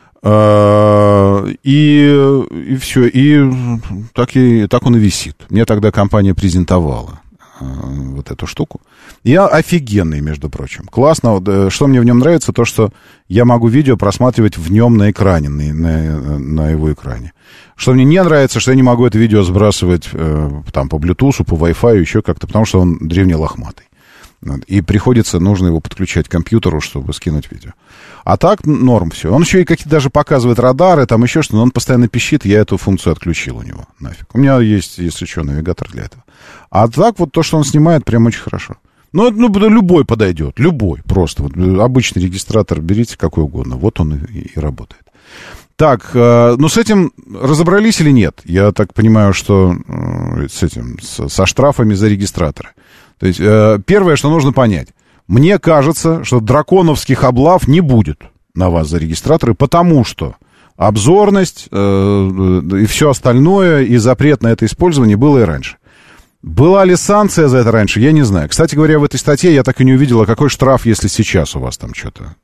И все, и так он и висит. Мне тогда компания презентовала вот эту штуку. Я офигенный, между прочим. Классно. Что мне в нем нравится, то, что я могу видео просматривать в нем на экране, на его экране. Что мне не нравится, что я не могу это видео сбрасывать по Bluetooth, по Wi-Fi, еще как-то, потому что он древнелохматый. И нужно его подключать к компьютеру, чтобы скинуть видео. А так норм все. Он еще и какие-то даже показывает радары, там еще что-то, но он постоянно пищит, я эту функцию отключил у него. Нафиг. У меня есть, если что, навигатор для этого. А так вот то, что он снимает, прям очень хорошо. Любой подойдет, любой просто. Обычный регистратор берите какой угодно, вот он и работает. Так, с этим разобрались или нет? Я так понимаю, что со штрафами за регистраторы. То есть, первое, что нужно понять. Мне кажется, что драконовских облав не будет на вас за регистраторы, потому что обзорность и все остальное, и запрет на это использование было и раньше. Была ли санкция за это раньше, я не знаю. Кстати говоря, в этой статье я так и не увидел, какой штраф, если сейчас у вас там что-то.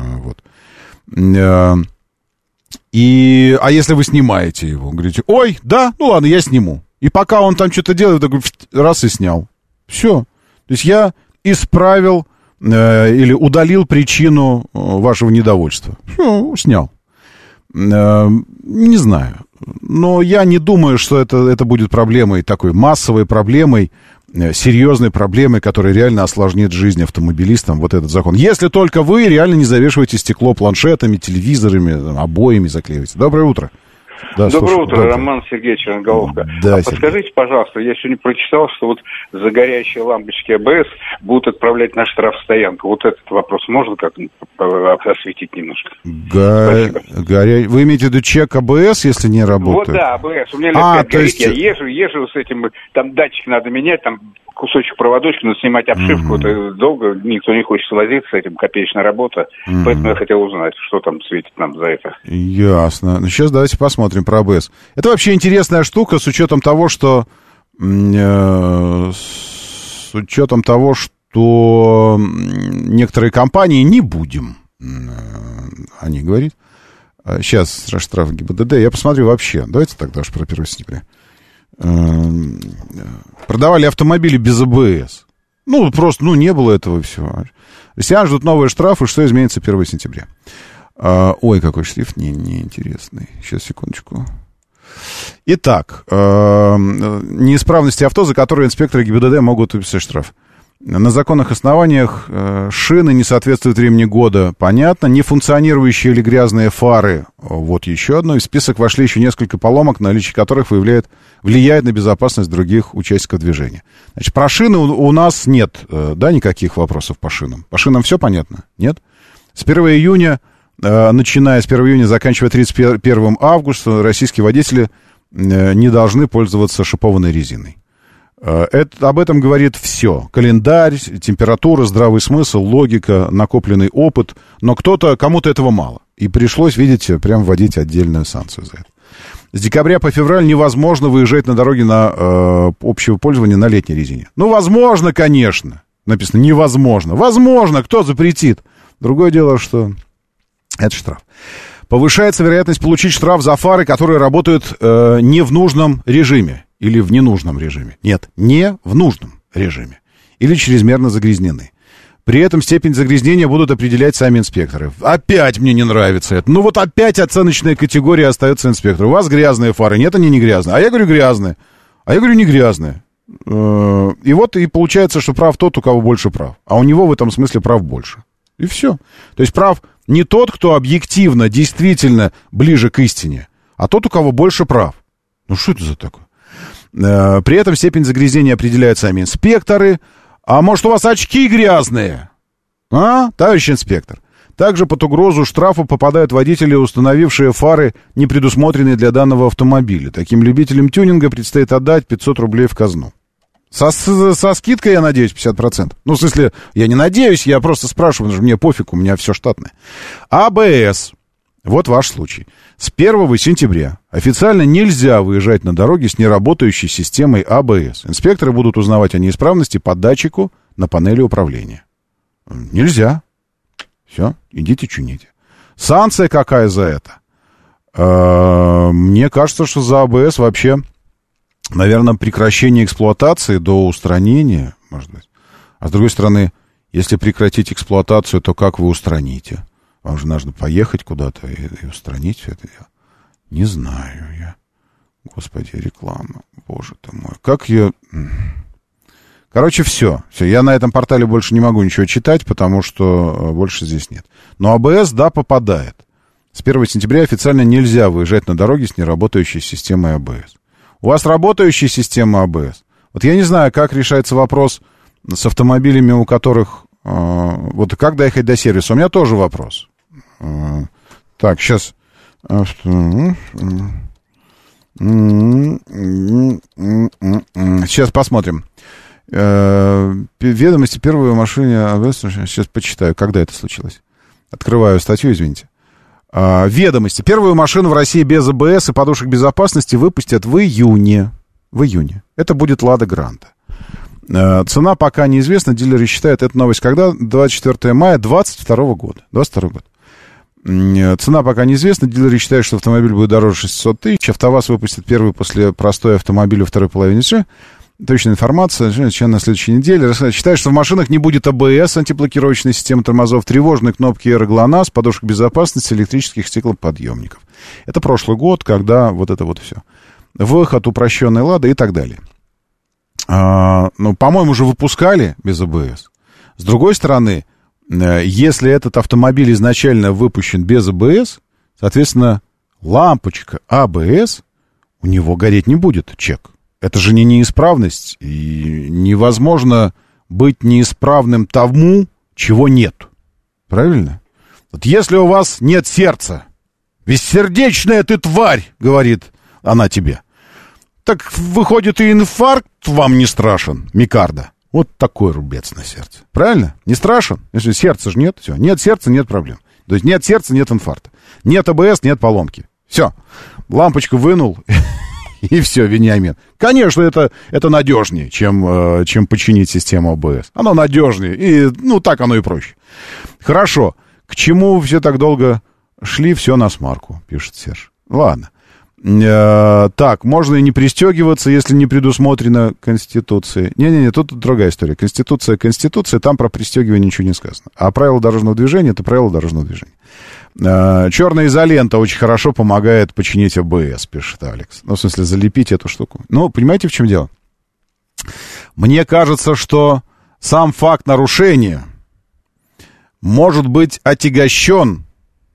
А если вы снимаете его, говорите, ой, да, ладно, я сниму. И пока он там что-то делает, такой раз и снял. Все. То есть я исправил или удалил причину вашего недовольства. Все, снял. Не знаю. Но я не думаю, что это будет проблемой, такой массовой проблемой, серьезной проблемой, которая реально осложнит жизнь автомобилистам, вот этот закон. Если только вы реально не завешиваете стекло планшетами, телевизорами, обоями заклеиваете. Доброе утро. Да, Доброе утро, Роман Сергеевич Черноголовка. Да, подскажите, пожалуйста, я сегодня прочитал, что вот за горящие лампочки АБС будут отправлять на штрафстоянку. Вот этот вопрос можно как-то осветить немножко? Вы имеете в виду чек АБС, если не работает? Вот да, АБС. У меня лет 5 горит, я езжу с этим, там датчик надо менять, там кусочек проводочка, надо снимать обшивку, это долго, никто не хочет возиться с этим, копеечная работа, поэтому я хотел узнать, что там светит нам за это. Ясно. Ну, сейчас давайте посмотрим про АБС. Это вообще интересная штука с учетом того, что некоторые компании не будем о них говорить. Сейчас штраф ГИБДД. Я посмотрю вообще. Давайте тогда уж про 1 сентября. Продавали автомобили без АБС. Ну, просто, не было этого всего. Россиян ждут новые штрафы, что изменится 1 сентября. Ой, какой шрифт неинтересный. Сейчас, секундочку. Итак, неисправности авто, за которые инспекторы ГИБДД могут выписать штраф. На законных основаниях шины не соответствуют времени года, понятно. Нефункционирующие или грязные фары, вот еще одно. И в список вошли еще несколько поломок, наличие которых влияет на безопасность других участников движения. Значит, про шины у нас нет, никаких вопросов по шинам. По шинам все понятно? Нет? С 1 июня, начиная с 1 июня, заканчивая 31 августа, российские водители не должны пользоваться шипованной резиной. Об этом говорит все. Календарь, температура, здравый смысл, логика, накопленный опыт. Но кому-то этого мало. И пришлось, видите, прям вводить отдельную санкцию за это. С декабря по февраль невозможно выезжать на дороге на общего пользования на летней резине. Возможно, конечно. Написано невозможно. Возможно, кто запретит? Другое дело, что это штраф. Повышается вероятность получить штраф за фары, которые работают не в нужном режиме. Или в ненужном режиме. Нет, не в нужном режиме. Или чрезмерно загрязнены. При этом степень загрязнения будут определять сами инспекторы. Опять мне не нравится это. Опять оценочная категория остается инспектору. У вас грязные фары. Нет, они не грязные. А я говорю грязные. А я говорю не грязные. И получается, что прав тот, у кого больше прав. А у него в этом смысле прав больше. И все. То есть прав не тот, кто объективно, действительно ближе к истине, а тот, у кого больше прав. Что это за такое? При этом степень загрязнения определяют сами инспекторы. А может, у вас очки грязные? Товарищ инспектор? Также под угрозу штрафа попадают водители, установившие фары, не предусмотренные для данного автомобиля. Таким любителям тюнинга предстоит отдать 500 рублей в казну. Со скидкой, я надеюсь, 50%. В смысле, я не надеюсь, я просто спрашиваю, потому что мне пофиг, у меня все штатное. АБС. Вот ваш случай. С 1 сентября официально нельзя выезжать на дороге с неработающей системой АБС. Инспекторы будут узнавать о неисправности по датчику на панели управления. Нельзя. Все, идите чуните. Санкция какая за это? Мне кажется, что за АБС вообще, наверное, прекращение эксплуатации до устранения, может быть. А с другой стороны, если прекратить эксплуатацию, то как вы устраните? Вам же нужно поехать куда-то и устранить все это дело. Не знаю я. Господи, реклама. Боже ты мой. Как ее... Короче, все. Я на этом портале больше не могу ничего читать, потому что больше здесь нет. Но АБС, да, попадает. С 1 сентября официально нельзя выезжать на дороге с неработающей системой АБС. У вас работающая система АБС? Вот я не знаю, как решается вопрос с автомобилями, у которых... Вот как доехать до сервиса? У меня тоже вопрос. Так, сейчас. Сейчас посмотрим. Ведомости первой машине. Сейчас почитаю, когда это случилось. Открываю статью, извините. Ведомости. Первую машину в России без АБС и подушек безопасности выпустят в июне. В июне. Это будет Лада Гранта. Цена пока неизвестна. Дилеры считают, эту новость когда? 24 мая 2022 года. 22 год. Цена пока неизвестна. Дилеры считают, что автомобиль будет дороже 600 тысяч. АвтоВАЗ выпустит первый после простой автомобиля второй половины дня. Точная информация, на следующей неделе. Считают, что в машинах не будет АБС, антиблокировочной системы тормозов, тревожной кнопки ГЛОНАСС, подушек безопасности, электрических стеклоподъемников. Это прошлый год, когда вот это вот все. Выход упрощенной Лады и так далее. По-моему, уже выпускали без АБС. С другой стороны, если этот автомобиль изначально выпущен без АБС, соответственно, лампочка АБС, у него гореть не будет чек. Это же не неисправность, и невозможно быть неисправным тому, чего нет. Правильно? Вот если у вас нет сердца, бессердечная ты тварь, говорит она тебе, так выходит и инфаркт вам не страшен, миокарда. Вот такой рубец на сердце. Правильно? Не страшен? Если сердца же нет, все. Нет сердца, нет проблем. То есть нет сердца, нет инфаркта. Нет АБС, нет поломки. Все. Лампочку вынул, и все, Вениамин. Конечно, это надежнее, чем починить систему АБС. Оно надежнее, и, так оно и проще. Хорошо. К чему все так долго шли? Все на смарку, пишет Серж. Ладно. Так, можно и не пристегиваться, если не предусмотрено Конституцией. Не-не-не, тут другая история. Конституция, там про пристегивание ничего не сказано. А правила дорожного движения — это правила дорожного движения. Черная изолента очень хорошо помогает починить АБС, пишет Алекс. В смысле, залепить эту штуку. Понимаете, в чем дело? Мне кажется, что сам факт нарушения может быть отягощен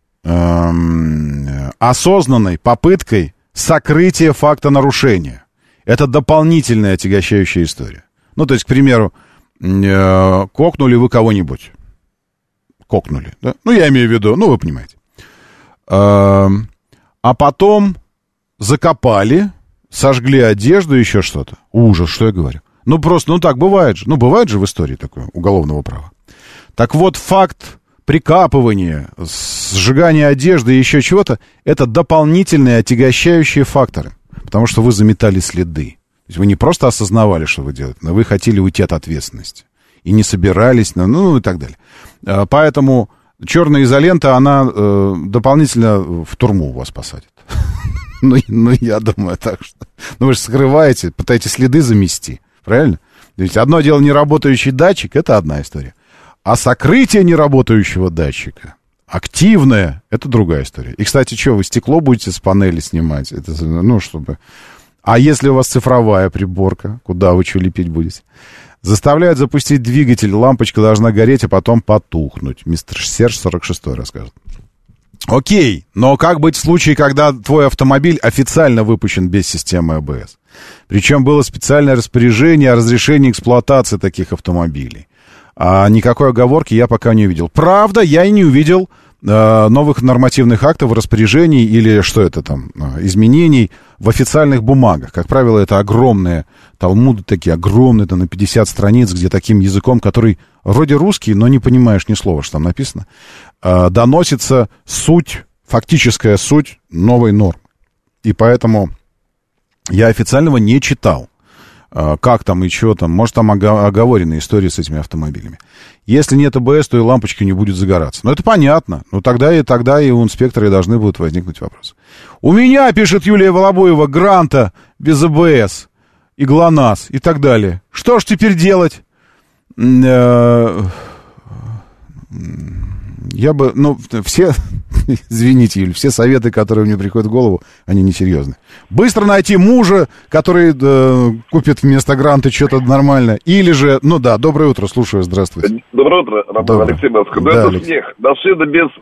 осознанной попыткой сокрытия факта нарушения. Это дополнительная отягощающая история. То есть, к примеру, кокнули вы кого-нибудь. Кокнули, да? Я имею в виду, вы понимаете. А потом закопали, сожгли одежду, еще что-то. Ужас, что я говорю. Просто, так бывает же. Бывает же в истории такое уголовного права. Так вот, факт прикапывания, сжигания одежды и еще чего-то, это дополнительные отягощающие факторы. Потому что вы заметали следы. То есть вы не просто осознавали, что вы делаете, но вы хотели уйти от ответственности. И не собирались, и так далее. Поэтому черная изолента, она дополнительно в турму вас посадит. Я думаю так, что... вы же скрываете, пытаетесь следы замести. Правильно? Ведь одно дело неработающий датчик, это одна история. А сокрытие неработающего датчика, активное, это другая история. И, кстати, вы стекло будете с панели снимать? Это, чтобы... А если у вас цифровая приборка, куда вы что лепить будете? Заставляют запустить двигатель, лампочка должна гореть, а потом потухнуть. Мистер Серж 46 расскажет. Окей, но как быть в случае, когда твой автомобиль официально выпущен без системы АБС? Причем было специальное распоряжение о разрешении эксплуатации таких автомобилей. А никакой оговорки я пока не увидел. Правда, я и не увидел новых нормативных актов, распоряжений или что это там, изменений в официальных бумагах. Как правило, это огромные талмуды, такие огромные, на 50 страниц, где таким языком, который вроде русский, но не понимаешь ни слова, что там написано, доносится суть, фактическая суть новой нормы. И поэтому я официального не читал. Как там и что там. Может, там оговоренные истории с этими автомобилями. Если нет АБС, то и лампочка не будет загораться. Это понятно. Тогда и у инспектора должны будут возникнуть вопросы. У меня, пишет Юлия Волобуева, гранта без АБС, и ГЛОНАСС и так далее. Что ж теперь делать? Я бы, все, извините, Юль, все советы, которые мне приходят в голову, они несерьезны. Быстро найти мужа, который купит вместо гранта что-то нормальное. Или же, доброе утро, слушаю, здравствуйте. Доброе утро, Алексей Баско. Это Алекс. Смех. Машина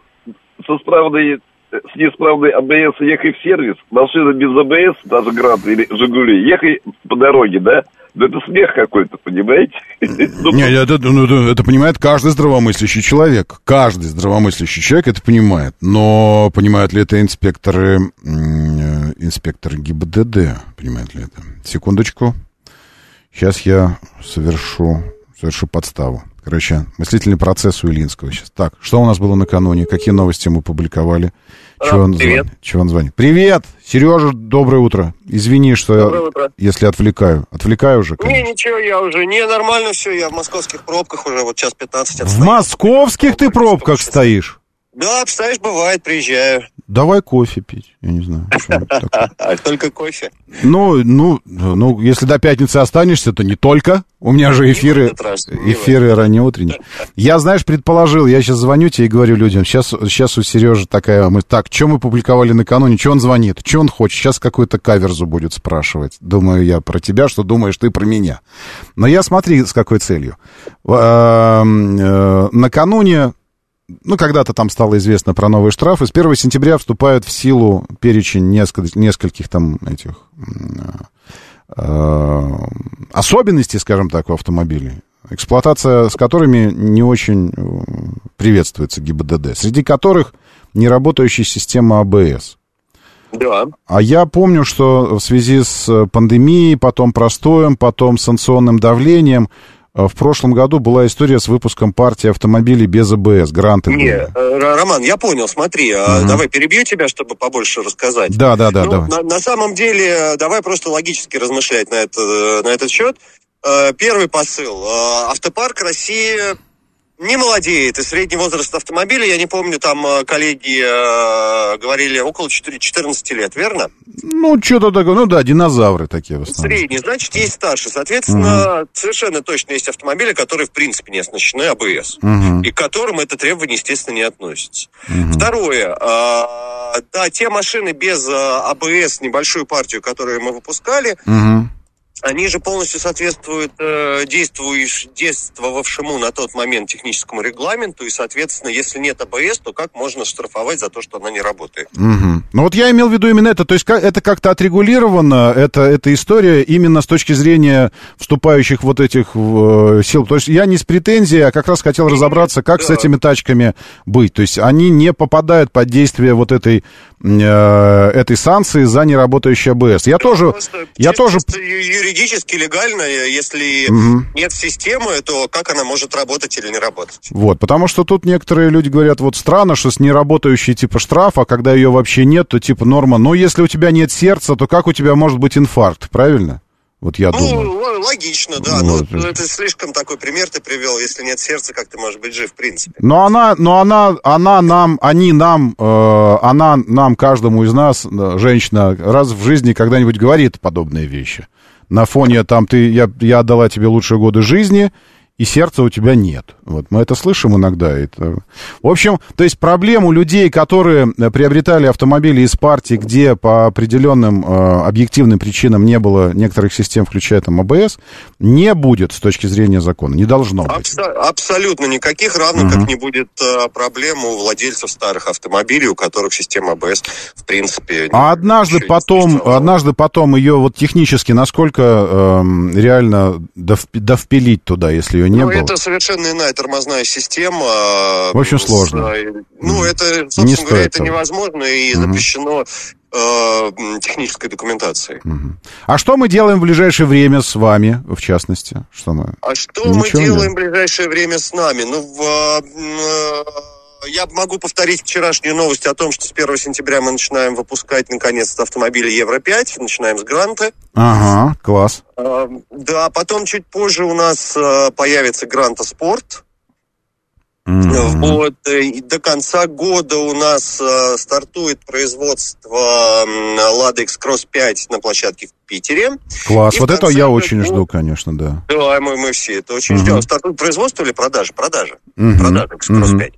с неисправной АБС ехай в сервис, машина без АБС, даже Грант или Жигули, ехай по дороге, да? Это смех какой-то, понимаете? Это понимает каждый здравомыслящий человек. Каждый здравомыслящий человек это понимает. Но понимают ли это инспекторы ГИБДД? Понимают ли это? Секундочку. Сейчас я совершу подставу. Мыслительный процесс у Илинского сейчас. Так, что у нас было накануне? Какие новости мы публиковали? Чего он звонит? Привет! Сережа, доброе утро. Извини, что если отвлекаю. Отвлекаю уже, конечно. Ничего, я уже нормально все. Я в московских пробках уже час 15 отстаю. В московских ты пробках стоишь? Да, представляешь, бывает, приезжаю. Давай кофе пить, я не знаю. Только кофе? Если до пятницы останешься, то не только. У меня же эфиры раннеутренние. Я, предположил, я сейчас звоню тебе и говорю людям, сейчас у Сережи такая, что мы публиковали накануне, что он звонит, что он хочет, сейчас какую-то каверзу будет спрашивать. Думаю я про тебя, что думаешь ты про меня. Но я смотри, с какой целью. Накануне когда-то там стало известно про новые штрафы. С 1 сентября вступает в силу перечень нескольких там этих особенностей, скажем так, у автомобилей, эксплуатация с которыми не очень приветствуется ГИБДД, среди которых неработающая система АБС. Да. А я помню, что в связи с пандемией, потом простоем, потом санкционным давлением, в прошлом году была история с выпуском партии автомобилей без АБС, гранты. Не, Роман, я понял, смотри, давай перебью тебя, чтобы побольше рассказать. Да. На самом деле, давай просто логически размышлять на этот счет. Первый посыл. Автопарк России не молодеет, и средний возраст автомобиля, я не помню, там коллеги говорили, около 14 лет, верно? Ну, что-то такое, динозавры такие в основном. Средний, значит, есть старше. Соответственно, совершенно точно есть автомобили, которые, в принципе, не оснащены АБС, и к которым это требование, естественно, не относится. Второе. Да, те машины без АБС, небольшую партию, которую мы выпускали, они же полностью соответствуют действовавшему на тот момент техническому регламенту, и, соответственно, если нет АБС, то как можно штрафовать за то, что она не работает? Ну вот я имел в виду именно это, то есть это как-то отрегулировано, эта история именно с точки зрения вступающих вот этих сил. То есть я не с претензией, а как раз хотел разобраться, как с этими тачками быть. То есть они не попадают под действие вот этой санкции за неработающий АБС. Я тоже... Юридически, легально, если нет системы, то как она может работать или не работать? Вот, потому что тут некоторые люди говорят, вот странно, что с неработающей типа штраф, а когда ее вообще нет, то типа норма. Но если у тебя нет сердца, то как у тебя может быть инфаркт, правильно? Вот я думаю. Логично, да. Вот. Но это слишком такой пример ты привел. Если нет сердца, как ты можешь быть жив, в принципе? Она нам, каждому из нас, женщина, раз в жизни когда-нибудь говорит подобные вещи. На фоне там я отдала тебе лучшие годы жизни, и сердца у тебя нет. Вот мы это слышим иногда. В общем, то есть проблему людей, которые приобретали автомобили из партий, где по определенным объективным причинам не было некоторых систем, включая там АБС, не будет с точки зрения закона. Не должно быть. Абсолютно никаких, равно как не будет проблем у владельцев старых автомобилей, у которых система АБС в принципе... А однажды потом ее вот технически насколько реально довпилить туда, если ее не было? Это совершенно иная тормозная система. В общем, сложно. Это, собственно говоря, это невозможно и запрещено технической документацией. А что мы делаем в ближайшее время с вами, в частности? Мы делаем в ближайшее время с нами? Я могу повторить вчерашнюю новость о том, что с 1 сентября мы начинаем выпускать, наконец-то, автомобили Евро-5. Начинаем с Гранты. Ага, класс. Да, потом чуть позже у нас появится Гранта Спорт. Вот, и до конца года у нас стартует производство Lada X-Cross 5 на площадке в Питере. Класс, вот это я очень жду, конечно, да. Да, мы все это очень ждем. Стартует производство или продажа? Продажа X-Cross 5.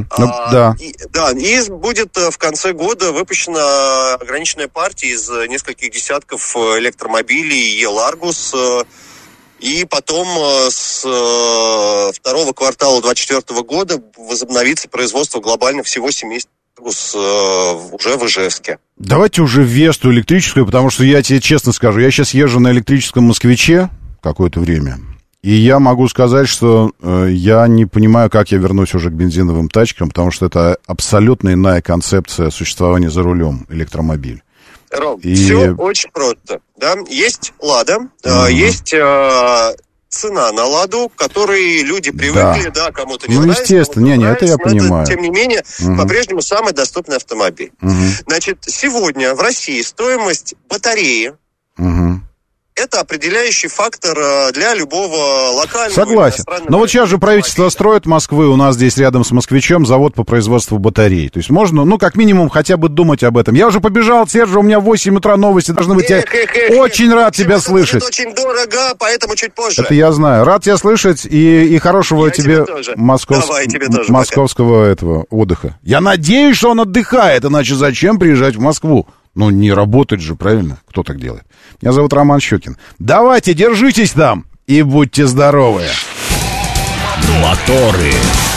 И будет в конце года выпущена ограниченная партия из нескольких десятков электромобилей E-Largus. И потом с второго квартала 2024 года возобновится производство глобально всего семейства уже в Ижевске. Давайте уже Весту электрическую, потому что я тебе честно скажу, я сейчас езжу на электрическом «Москвиче» какое-то время, и я могу сказать, что я не понимаю, как я вернусь уже к бензиновым тачкам, потому что это абсолютно иная концепция существования за рулем электромобиль. Ром, все очень просто. Да? Есть «Лада», есть цена на «Ладу», к которой люди привыкли, кому-то не нравится. Естественно, это я понимаю. Тем не менее, по-прежнему самый доступный автомобиль. Значит, сегодня в России стоимость батареи это определяющий фактор для любого локального... Согласен. Но вот сейчас же правительство строит Москвы, у нас здесь рядом с «Москвичом» завод по производству батарей. То есть можно, как минимум, хотя бы думать об этом. Я уже побежал, Сержа, у меня в 8 утра новости должны быть. Я очень рад тебя слышать. Это очень дорого, поэтому чуть позже. Это я знаю. Рад тебя слышать и хорошего тебе московского этого отдыха. Я надеюсь, что он отдыхает, иначе зачем приезжать в Москву? Не работать же, правильно? Кто так делает? Меня зовут Роман Щукин. Давайте, держитесь там и будьте здоровы. Моторы.